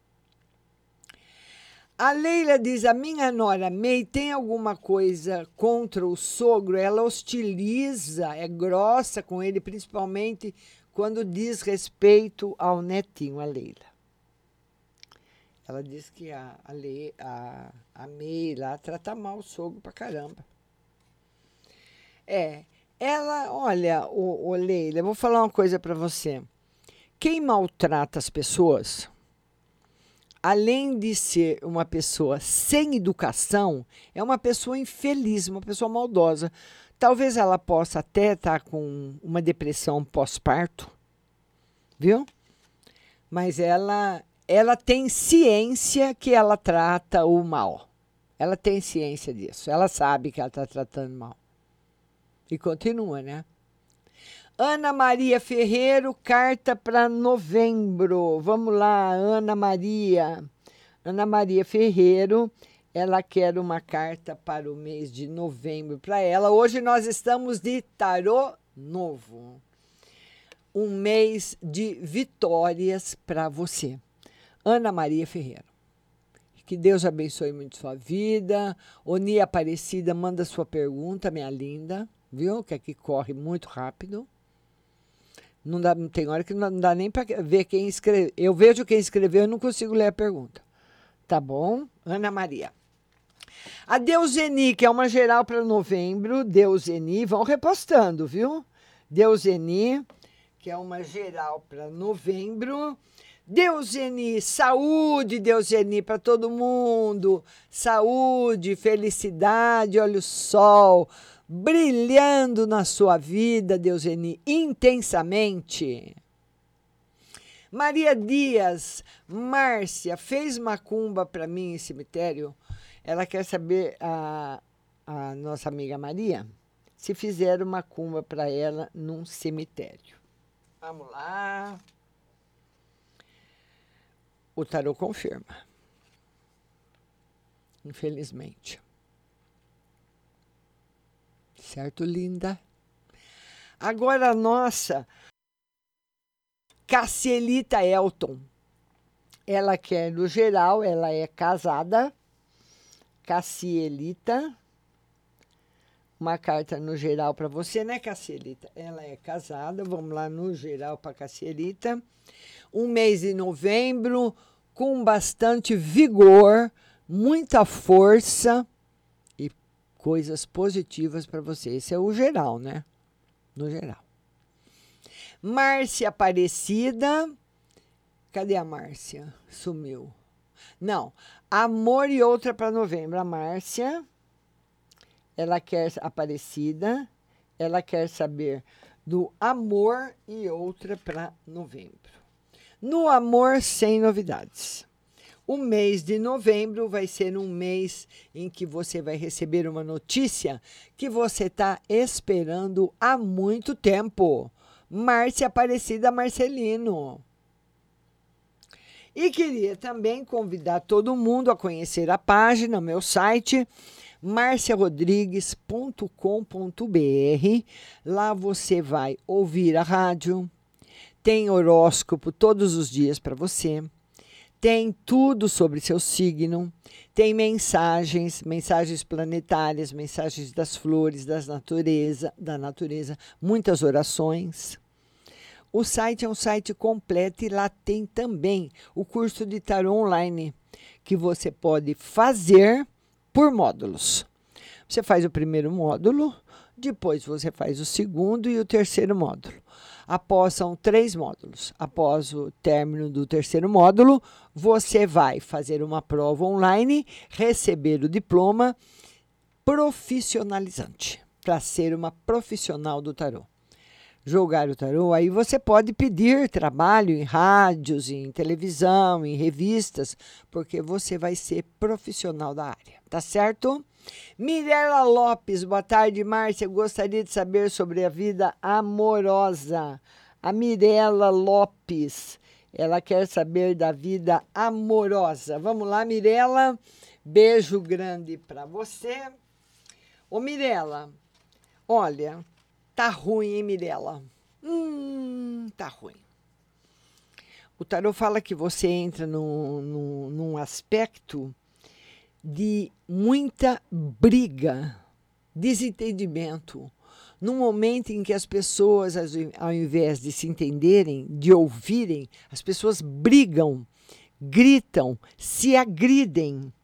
A Leila diz, a minha nora May tem alguma coisa contra o sogro? Ela hostiliza, é grossa com ele, principalmente quando diz respeito ao netinho, a Leila. Ela diz que a May lá trata mal o sogro pra caramba. Ela, olha, ô Leila, eu vou falar uma coisa para você. Quem maltrata as pessoas, além de ser uma pessoa sem educação, é uma pessoa infeliz, uma pessoa maldosa. Talvez ela possa até estar com uma depressão pós-parto, viu? Mas ela ela tem ciência que ela trata o mal. Ela tem ciência disso. Ela sabe que ela está tratando mal. E continua, né? Ana Maria Ferreiro, carta para novembro. Vamos lá, Ana Maria. Ana Maria Ferreiro, ela quer uma carta para o mês de novembro para ela. Hoje nós estamos de tarô novo. Um mês de vitórias para você. Ana Maria Ferreira. Que Deus abençoe muito sua vida. Oni Aparecida, manda sua pergunta, minha linda. Viu? Que aqui corre muito rápido. Não dá, tem hora que não dá nem para ver quem escreveu. Eu vejo quem escreveu e não consigo ler a pergunta. Tá bom? Ana Maria. A Deuseni, que é uma geral para novembro. Deuseni, vão repostando, viu? Deuseni, que é uma geral para novembro. Deuseni, saúde, Deuseni, para todo mundo. Saúde, felicidade, olha o sol brilhando na sua vida, Deuseni, intensamente. Maria Dias, Márcia, fez macumba para mim em cemitério? Ela quer saber, a nossa amiga Maria, se fizeram macumba para ela num cemitério. Vamos lá. O tarô confirma. Infelizmente. Certo, linda? Agora a nossa Cassielita Elton. Ela quer, no geral, ela é casada. Cassielita. Uma carta no geral para você, né, Cassielita? Ela é casada. Vamos lá no geral para Cassielita. Um mês de novembro com bastante vigor, muita força e coisas positivas para você. Esse é o geral, né? No geral. Márcia Aparecida. Cadê a Márcia? Sumiu. Não. Amor e outra para novembro. A Márcia, ela quer Aparecida. Ela quer saber do amor e outra para novembro. No amor, sem novidades. O mês de novembro vai ser um mês em que você vai receber uma notícia que você está esperando há muito tempo. Márcia Aparecida Marcelino. E queria também convidar todo mundo a conhecer a página, meu site, marciarodrigues.com.br. Lá você vai ouvir a rádio. Tem horóscopo todos os dias para você. Tem tudo sobre seu signo. Tem mensagens planetárias, mensagens das flores, da natureza, muitas orações. O site é um site completo e lá tem também o curso de tarô online, que você pode fazer por módulos. Você faz o primeiro módulo, depois você faz o segundo e o terceiro módulo. São 3 módulos. Após o término do terceiro módulo, você vai fazer uma prova online, receber o diploma profissionalizante, para ser uma profissional do tarô. Jogar o tarô, aí você pode pedir trabalho em rádios, em televisão, em revistas, porque você vai ser profissional da área, tá certo? Mirela Lopes, boa tarde, Márcia. Gostaria de saber sobre a vida amorosa. A Mirela Lopes, ela quer saber da vida amorosa. Vamos lá, Mirela. Beijo grande para você. Ô, Mirela, olha, tá ruim, hein, Mirela? Tá ruim. O tarô fala que você entra num aspecto de muita briga, desentendimento, num momento em que as pessoas, ao invés de se entenderem, de ouvirem, as pessoas brigam, gritam, se agridem.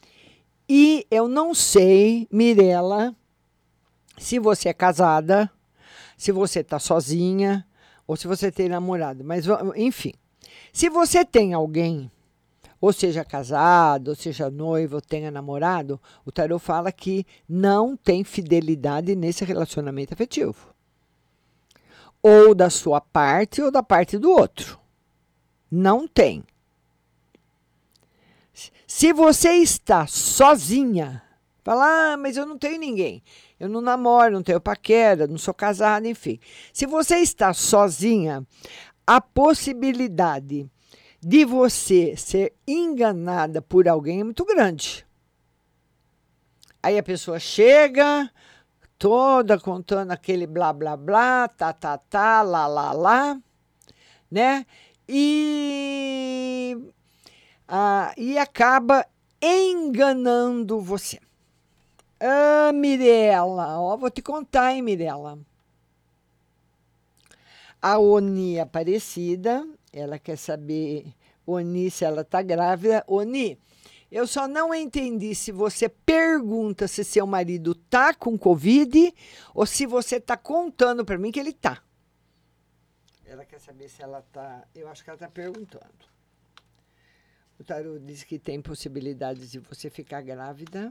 E eu não sei, Mirela, se você é casada, se você está sozinha ou se você tem namorado, mas enfim, se você tem alguém, ou seja casado, ou seja noivo, ou tenha namorado, o tarô fala que não tem fidelidade nesse relacionamento afetivo. Ou da sua parte ou da parte do outro. Não tem. Se você está sozinha, fala, mas eu não tenho ninguém. Eu não namoro, não tenho paquera, não sou casada, enfim. Se você está sozinha, a possibilidade de você ser enganada por alguém é muito grande. Aí a pessoa chega, toda contando aquele blá, blá, blá, tá, lá, né? E acaba enganando você. Ah, Mirella, ó, vou te contar, hein, Mirella. A Oni Aparecida, ela quer saber, Oni, se ela tá grávida. Oni, eu só não entendi se você pergunta se seu marido tá com Covid ou se você tá contando para mim que ele tá. Ela quer saber se ela tá... Eu acho que ela tá perguntando. O tarô diz que tem possibilidades de você ficar grávida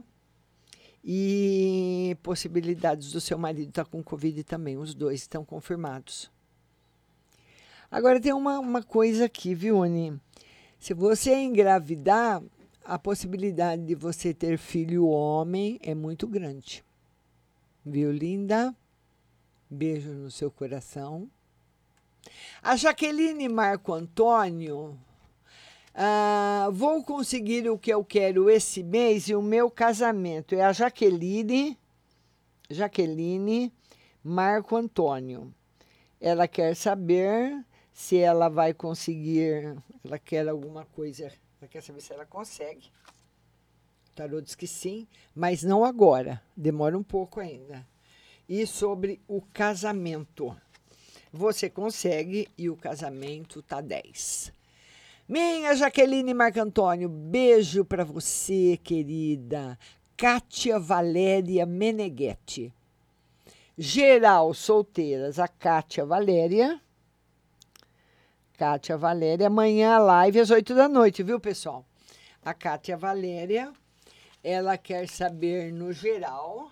e possibilidades do seu marido estar com Covid também. Os dois estão confirmados. Agora tem uma coisa aqui, viu, Oni? Se você engravidar, a possibilidade de você ter filho homem é muito grande. Viu, linda? Beijo no seu coração. A Jaqueline Marco Antônio, vou conseguir o que eu quero esse mês e o meu casamento. É a Jaqueline Marco Antônio. Ela quer saber se ela vai conseguir, ela quer alguma coisa, ela quer saber se ela consegue. O tarô diz que sim, mas não agora, demora um pouco ainda. E sobre o casamento. Você consegue e o casamento tá 10. Minha Jaqueline Marco Antônio, beijo para você, querida. Kátia Valéria Meneghetti. Geral solteiras, a Kátia Valéria. Kátia Valéria, amanhã live às 8 da noite, viu, pessoal? A Kátia Valéria, ela quer saber no geral.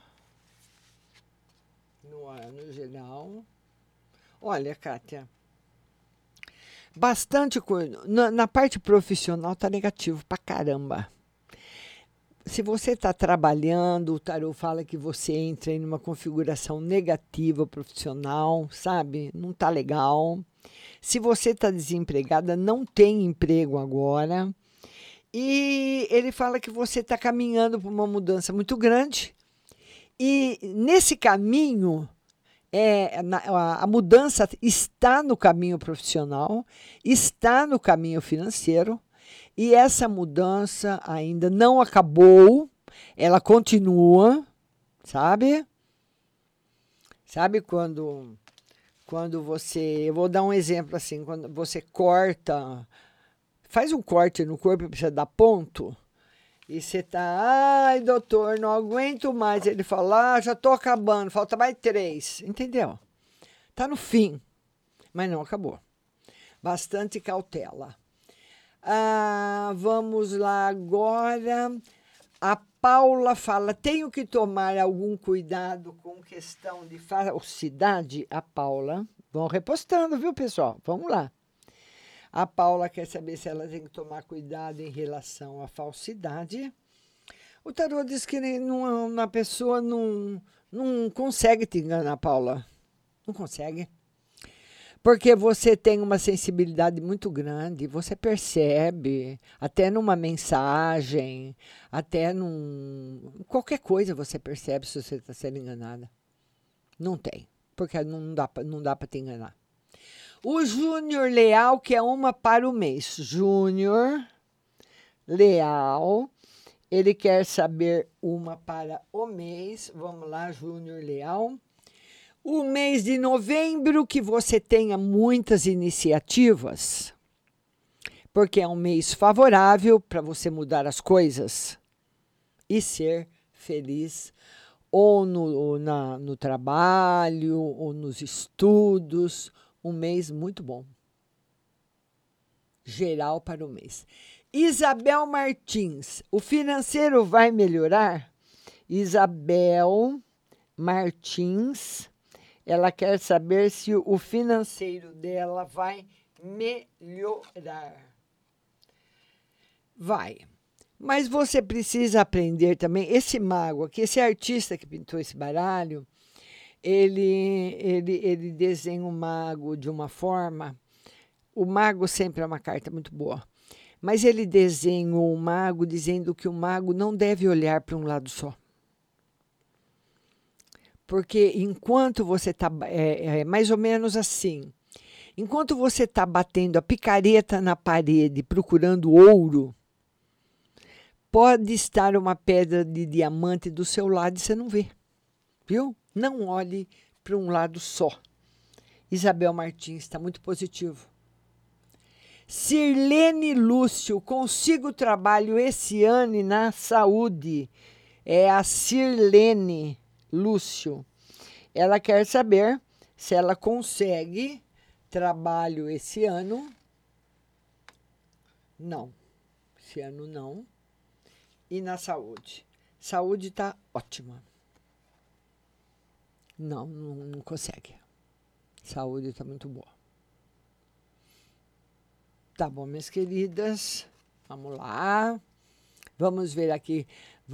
No geral. Olha, Kátia, bastante coisa. Na parte profissional tá negativo pra caramba. Se você está trabalhando, o tarô fala que você entra em uma configuração negativa profissional, sabe? Não tá legal. Se você está desempregada, não tem emprego agora. E ele fala que você está caminhando para uma mudança muito grande. E nesse caminho, a mudança está no caminho profissional, está no caminho financeiro, e essa mudança ainda não acabou, ela continua, sabe? Sabe quando você... Eu vou dar um exemplo assim, quando você corta, faz um corte no corpo e precisa dar ponto, e você tá, ai, doutor, não aguento mais. Ele fala, já tô acabando, falta mais 3. Entendeu? Tá no fim, mas não acabou. Bastante cautela. Vamos lá agora. A Paula fala, tenho que tomar algum cuidado com questão de falsidade? A Paula, vão repostando, viu, pessoal? Vamos lá. A Paula quer saber se ela tem que tomar cuidado em relação à falsidade. O tarô diz que uma pessoa não consegue te enganar, Paula. Não consegue. Porque você tem uma sensibilidade muito grande, você percebe, até numa mensagem, até qualquer coisa você percebe se você está sendo enganada. Não tem, porque não dá para te enganar. O Júnior Leal, que é uma para o mês. Júnior Leal, ele quer saber uma para o mês. Vamos lá, Júnior Leal. O mês de novembro, que você tenha muitas iniciativas, porque é um mês favorável para você mudar as coisas e ser feliz, ou no trabalho, ou nos estudos. Um mês muito bom. Geral para o mês. Isabel Martins, o financeiro vai melhorar? Isabel Martins, ela quer saber se o financeiro dela vai melhorar. Vai. Mas você precisa aprender também, esse mago aqui, esse artista que pintou esse baralho, ele desenha o mago de uma forma, o mago sempre é uma carta muito boa, mas ele desenhou o mago dizendo que o mago não deve olhar para um lado só. Porque enquanto você está, mais ou menos assim, enquanto você está batendo a picareta na parede procurando ouro, pode estar uma pedra de diamante do seu lado e você não vê, viu? Não olhe para um lado só. Isabel Martins, está muito positivo. Sirlene Lúcio, consigo trabalho esse ano na saúde. É a Sirlene Lúcio. Ela quer saber se ela consegue trabalho esse ano. Não, esse ano não. E na saúde. Saúde está ótima. Não consegue. Saúde está muito boa. Tá bom, minhas queridas. Vamos lá. Vamos ver aqui.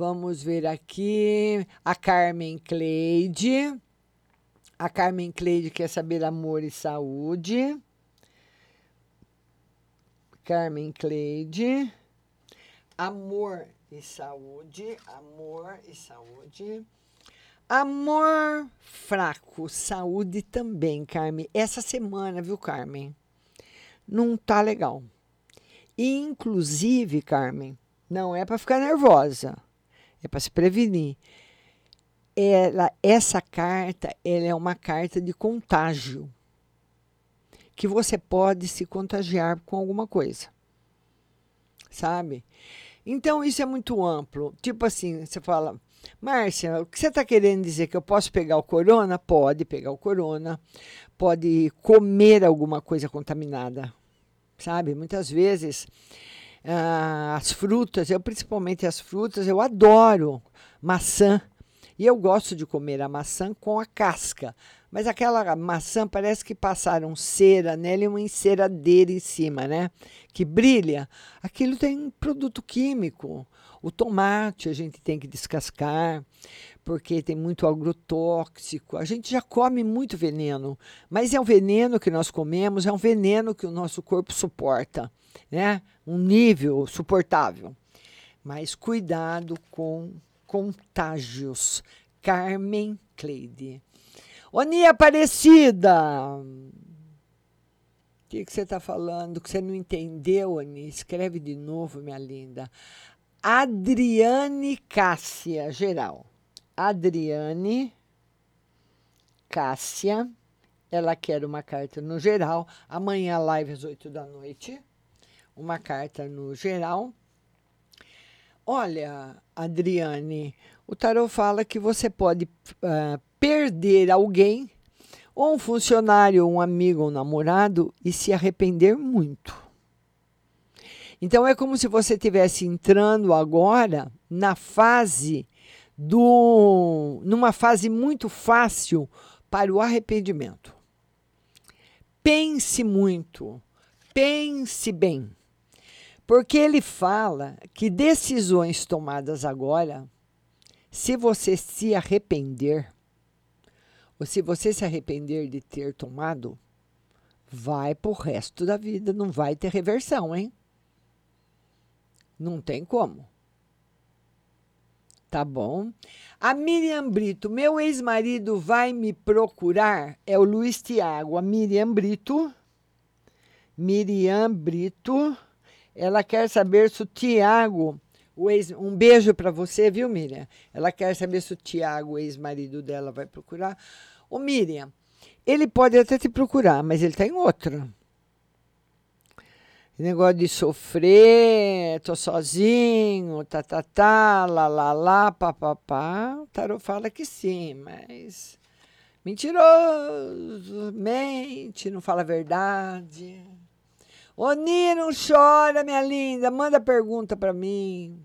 A Carmen Cleide. A Carmen Cleide quer saber amor e saúde. Carmen Cleide. Amor e saúde. Amor e saúde. Amor fraco, saúde também, Carmen. Essa semana, viu, Carmen? Não tá legal. E, inclusive, Carmen, não é para ficar nervosa, é para se prevenir. Essa carta, ela é uma carta de contágio, que você pode se contagiar com alguma coisa, sabe? Então, isso é muito amplo. Tipo assim, você fala, Márcia, o que você está querendo dizer? Que eu posso pegar o corona? Pode pegar o corona, pode comer alguma coisa contaminada, sabe? Muitas vezes, as frutas, principalmente as frutas, eu adoro maçã. E eu gosto de comer a maçã com a casca. Mas aquela maçã parece que passaram cera nela e uma enceradeira em cima, né? Que brilha. Aquilo tem produto químico. O tomate a gente tem que descascar, porque tem muito agrotóxico. A gente já come muito veneno, mas é um veneno que nós comemos, é um veneno que o nosso corpo suporta, né? Um nível suportável. Mas cuidado com contágios. Carmen Cleide. Oni Aparecida. O que você está falando? Que você não entendeu, Oni? Escreve de novo, minha linda. Adriane Cássia, geral. Adriane Cássia. Ela quer uma carta no geral. Amanhã, live às 8 da noite. Uma carta no geral. Olha, Adriane, o tarô fala que você pode perder alguém, ou um funcionário, um amigo, um namorado, e se arrepender muito. Então, é como se você estivesse entrando agora numa fase muito fácil para o arrependimento. Pense muito, pense bem. Porque ele fala que decisões tomadas agora, se você se arrepender, ou se você se arrepender de ter tomado, vai pro resto da vida, não vai ter reversão, hein? Não tem como. Tá bom? A Miriam Brito, meu ex-marido vai me procurar? É o Luiz Tiago. A Miriam Brito, ela quer saber se o Tiago, um beijo para você, viu, Miriam? Ela quer saber se o Tiago, o ex-marido dela, vai procurar. Ô, Miriam, ele pode até te procurar, mas ele tem outra. Negócio de sofrer, tô sozinho, lá, papapá. O tarô fala que sim, mas mentiroso, mente, não fala a verdade. Oni, não chora, minha linda, manda pergunta para mim.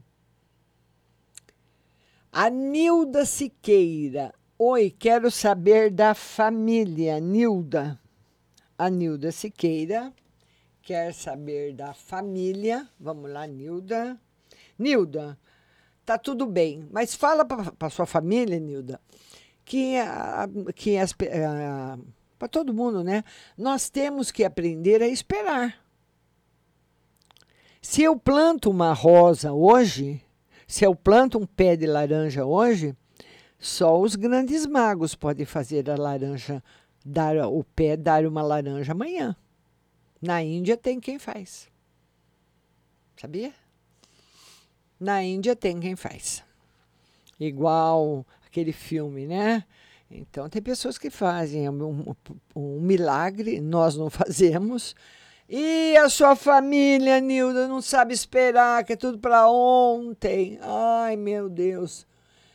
A Nilda Siqueira. Oi, quero saber da família, Nilda. A Nilda Siqueira quer saber da família. Vamos lá, Nilda. Nilda, tá tudo bem, mas fala para sua família, Nilda, que para todo mundo, né? Nós temos que aprender a esperar. Se eu planto uma rosa hoje, se eu planto um pé de laranja hoje, só os grandes magos podem fazer a laranja, o pé dar uma laranja amanhã. Na Índia tem quem faz. Sabia? Na Índia tem quem faz. Igual aquele filme, né? Então, tem pessoas que fazem um milagre, nós não fazemos. E a sua família, Nilda, não sabe esperar, que é tudo para ontem. Ai, meu Deus.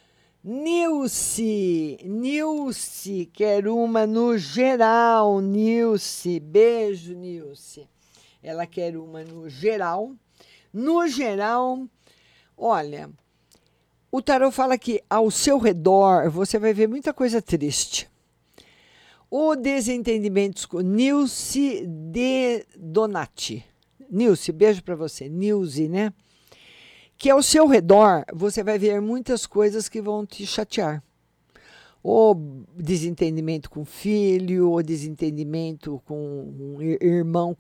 Nilce, quer uma no geral, Nilce. Beijo, Nilce. Ela quer uma no geral. No geral, olha, o tarô fala que ao seu redor você vai ver muita coisa triste. O desentendimento com Nilce de Donati. Nilce, beijo para você. Nilce, né? Que ao seu redor você vai ver muitas coisas que vão te chatear. Ou desentendimento com filho, ou desentendimento com irmão,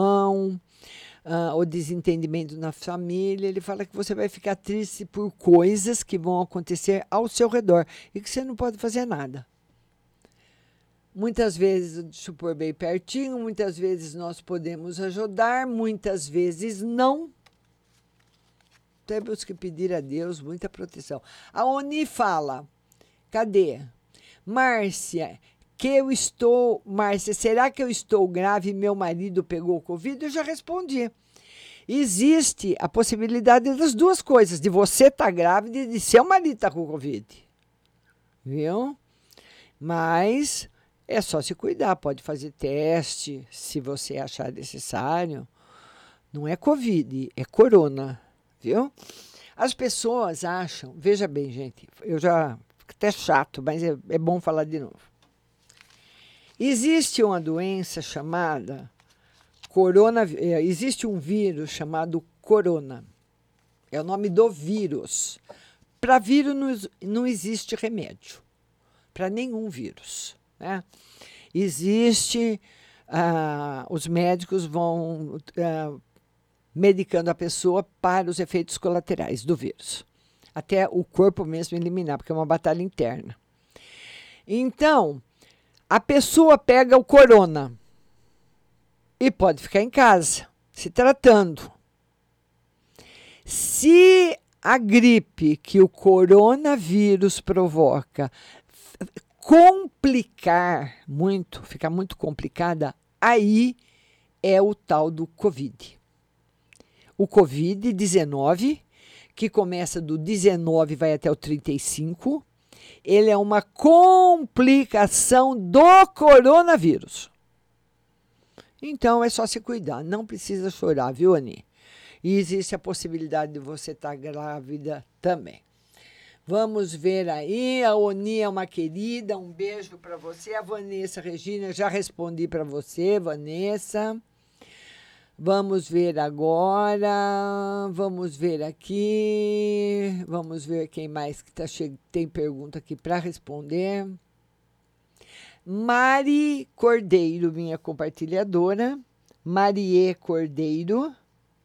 ou desentendimento na família. Ele fala que você vai ficar triste por coisas que vão acontecer ao seu redor e que você não pode fazer nada. Muitas vezes, supor bem pertinho, muitas vezes nós podemos ajudar, muitas vezes não. Temos que pedir a Deus muita proteção. A Oni fala, cadê? Márcia, será que eu estou grave e meu marido pegou o Covid? Eu já respondi. Existe a possibilidade das duas coisas, de você estar grávida e de seu marido estar com o Covid. Viu? Mas é só se cuidar, pode fazer teste, se você achar necessário. Não é Covid, é corona, viu? As pessoas acham, veja bem, gente, eu já fico até chato, mas é bom falar de novo. Existe uma doença chamada existe um vírus chamado corona. É o nome do vírus. Para vírus não existe remédio. Para nenhum vírus. Né? Existe, os médicos vão medicando a pessoa para os efeitos colaterais do vírus. Até o corpo mesmo eliminar, porque é uma batalha interna. Então, a pessoa pega o corona e pode ficar em casa, se tratando. Se a gripe que o coronavírus provoca complicar muito, ficar muito complicada, aí é o tal do Covid. O Covid-19, que começa do 19 e vai até o 35, ele é uma complicação do coronavírus. Então, é só se cuidar. Não precisa chorar, viu, Ani? E existe a possibilidade de você estar grávida também. Vamos ver aí. A Oni é uma querida. Um beijo para você. A Vanessa Regina, já respondi para você, Vanessa. Vamos ver agora. Vamos ver aqui. Vamos ver quem mais que tem pergunta aqui para responder. Mari Cordeiro, minha compartilhadora. Marie Cordeiro.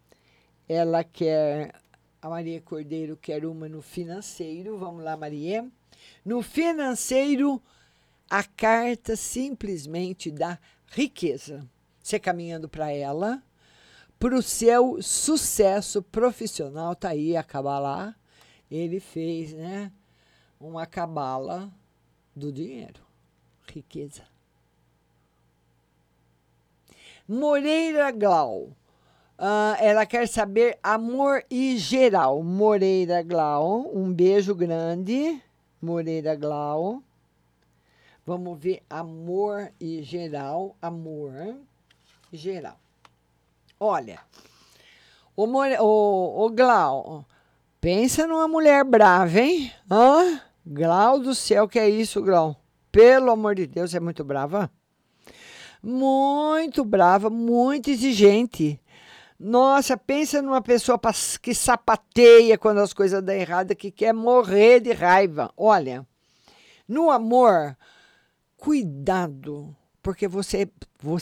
A Maria Cordeiro quer uma no financeiro. Vamos lá, Maria. No financeiro, a carta simplesmente dá riqueza. Você caminhando para ela, para o seu sucesso profissional. Tá aí a Kabbalah. Ele fez, né, uma cabala do dinheiro. Riqueza. Moreira Glau. Ela quer saber amor e geral. Moreira Glau, um beijo grande. Moreira Glau. Vamos ver amor e geral. Amor e geral. Olha, o Glau, pensa numa mulher brava, hein? Glau do céu, que é isso, Glau? Pelo amor de Deus, é muito brava? Muito brava, muito exigente. Nossa, pensa numa pessoa que sapateia quando as coisas dão errado, que quer morrer de raiva. Olha, no amor, cuidado, porque você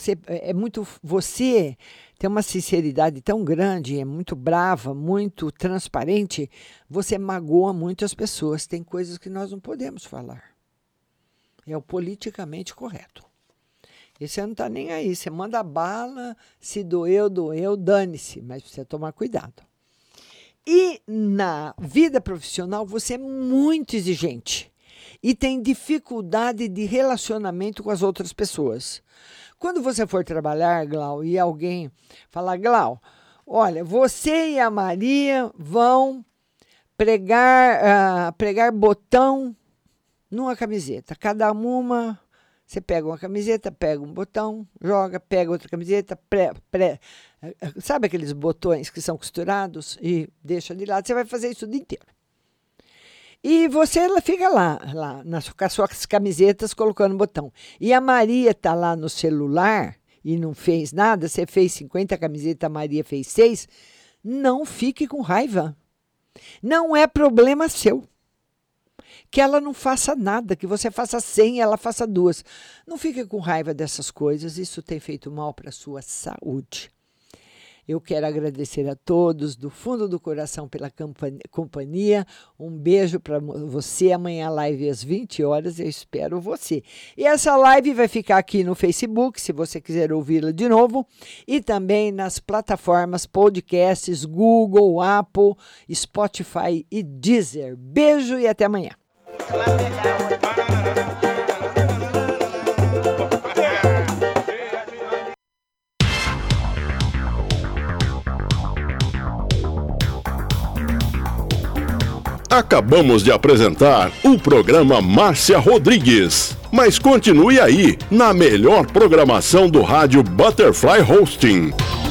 tem uma sinceridade tão grande, é muito brava, muito transparente, você magoa muitas pessoas. Tem coisas que nós não podemos falar. É o politicamente correto. E você não está nem aí, você manda bala, se doeu, dane-se, mas precisa tomar cuidado. E na vida profissional, você é muito exigente e tem dificuldade de relacionamento com as outras pessoas. Quando você for trabalhar, Glau, e alguém falar, Glau, olha, você e a Maria vão pregar botão numa camiseta, cada uma. Você pega uma camiseta, pega um botão, joga, pega outra camiseta, sabe aqueles botões que são costurados e deixa de lado? Você vai fazer isso o dia inteiro. E você fica lá com as suas camisetas colocando botão. E a Maria está lá no celular e não fez nada, você fez 50 camisetas, a Maria fez 6, não fique com raiva. Não é problema seu. Que ela não faça nada, que você faça 100 e ela faça 2. Não fique com raiva dessas coisas, isso tem feito mal para a sua saúde. Eu quero agradecer a todos do fundo do coração pela companhia. Um beijo para você. Amanhã live às 20 horas, eu espero você. E essa live vai ficar aqui no Facebook, se você quiser ouvi-la de novo, e também nas plataformas podcasts Google, Apple, Spotify e Deezer. Beijo e até amanhã. Acabamos de apresentar o programa Márcia Rodrigues. Mas continue aí, na melhor programação do rádio Butterfly Hosting.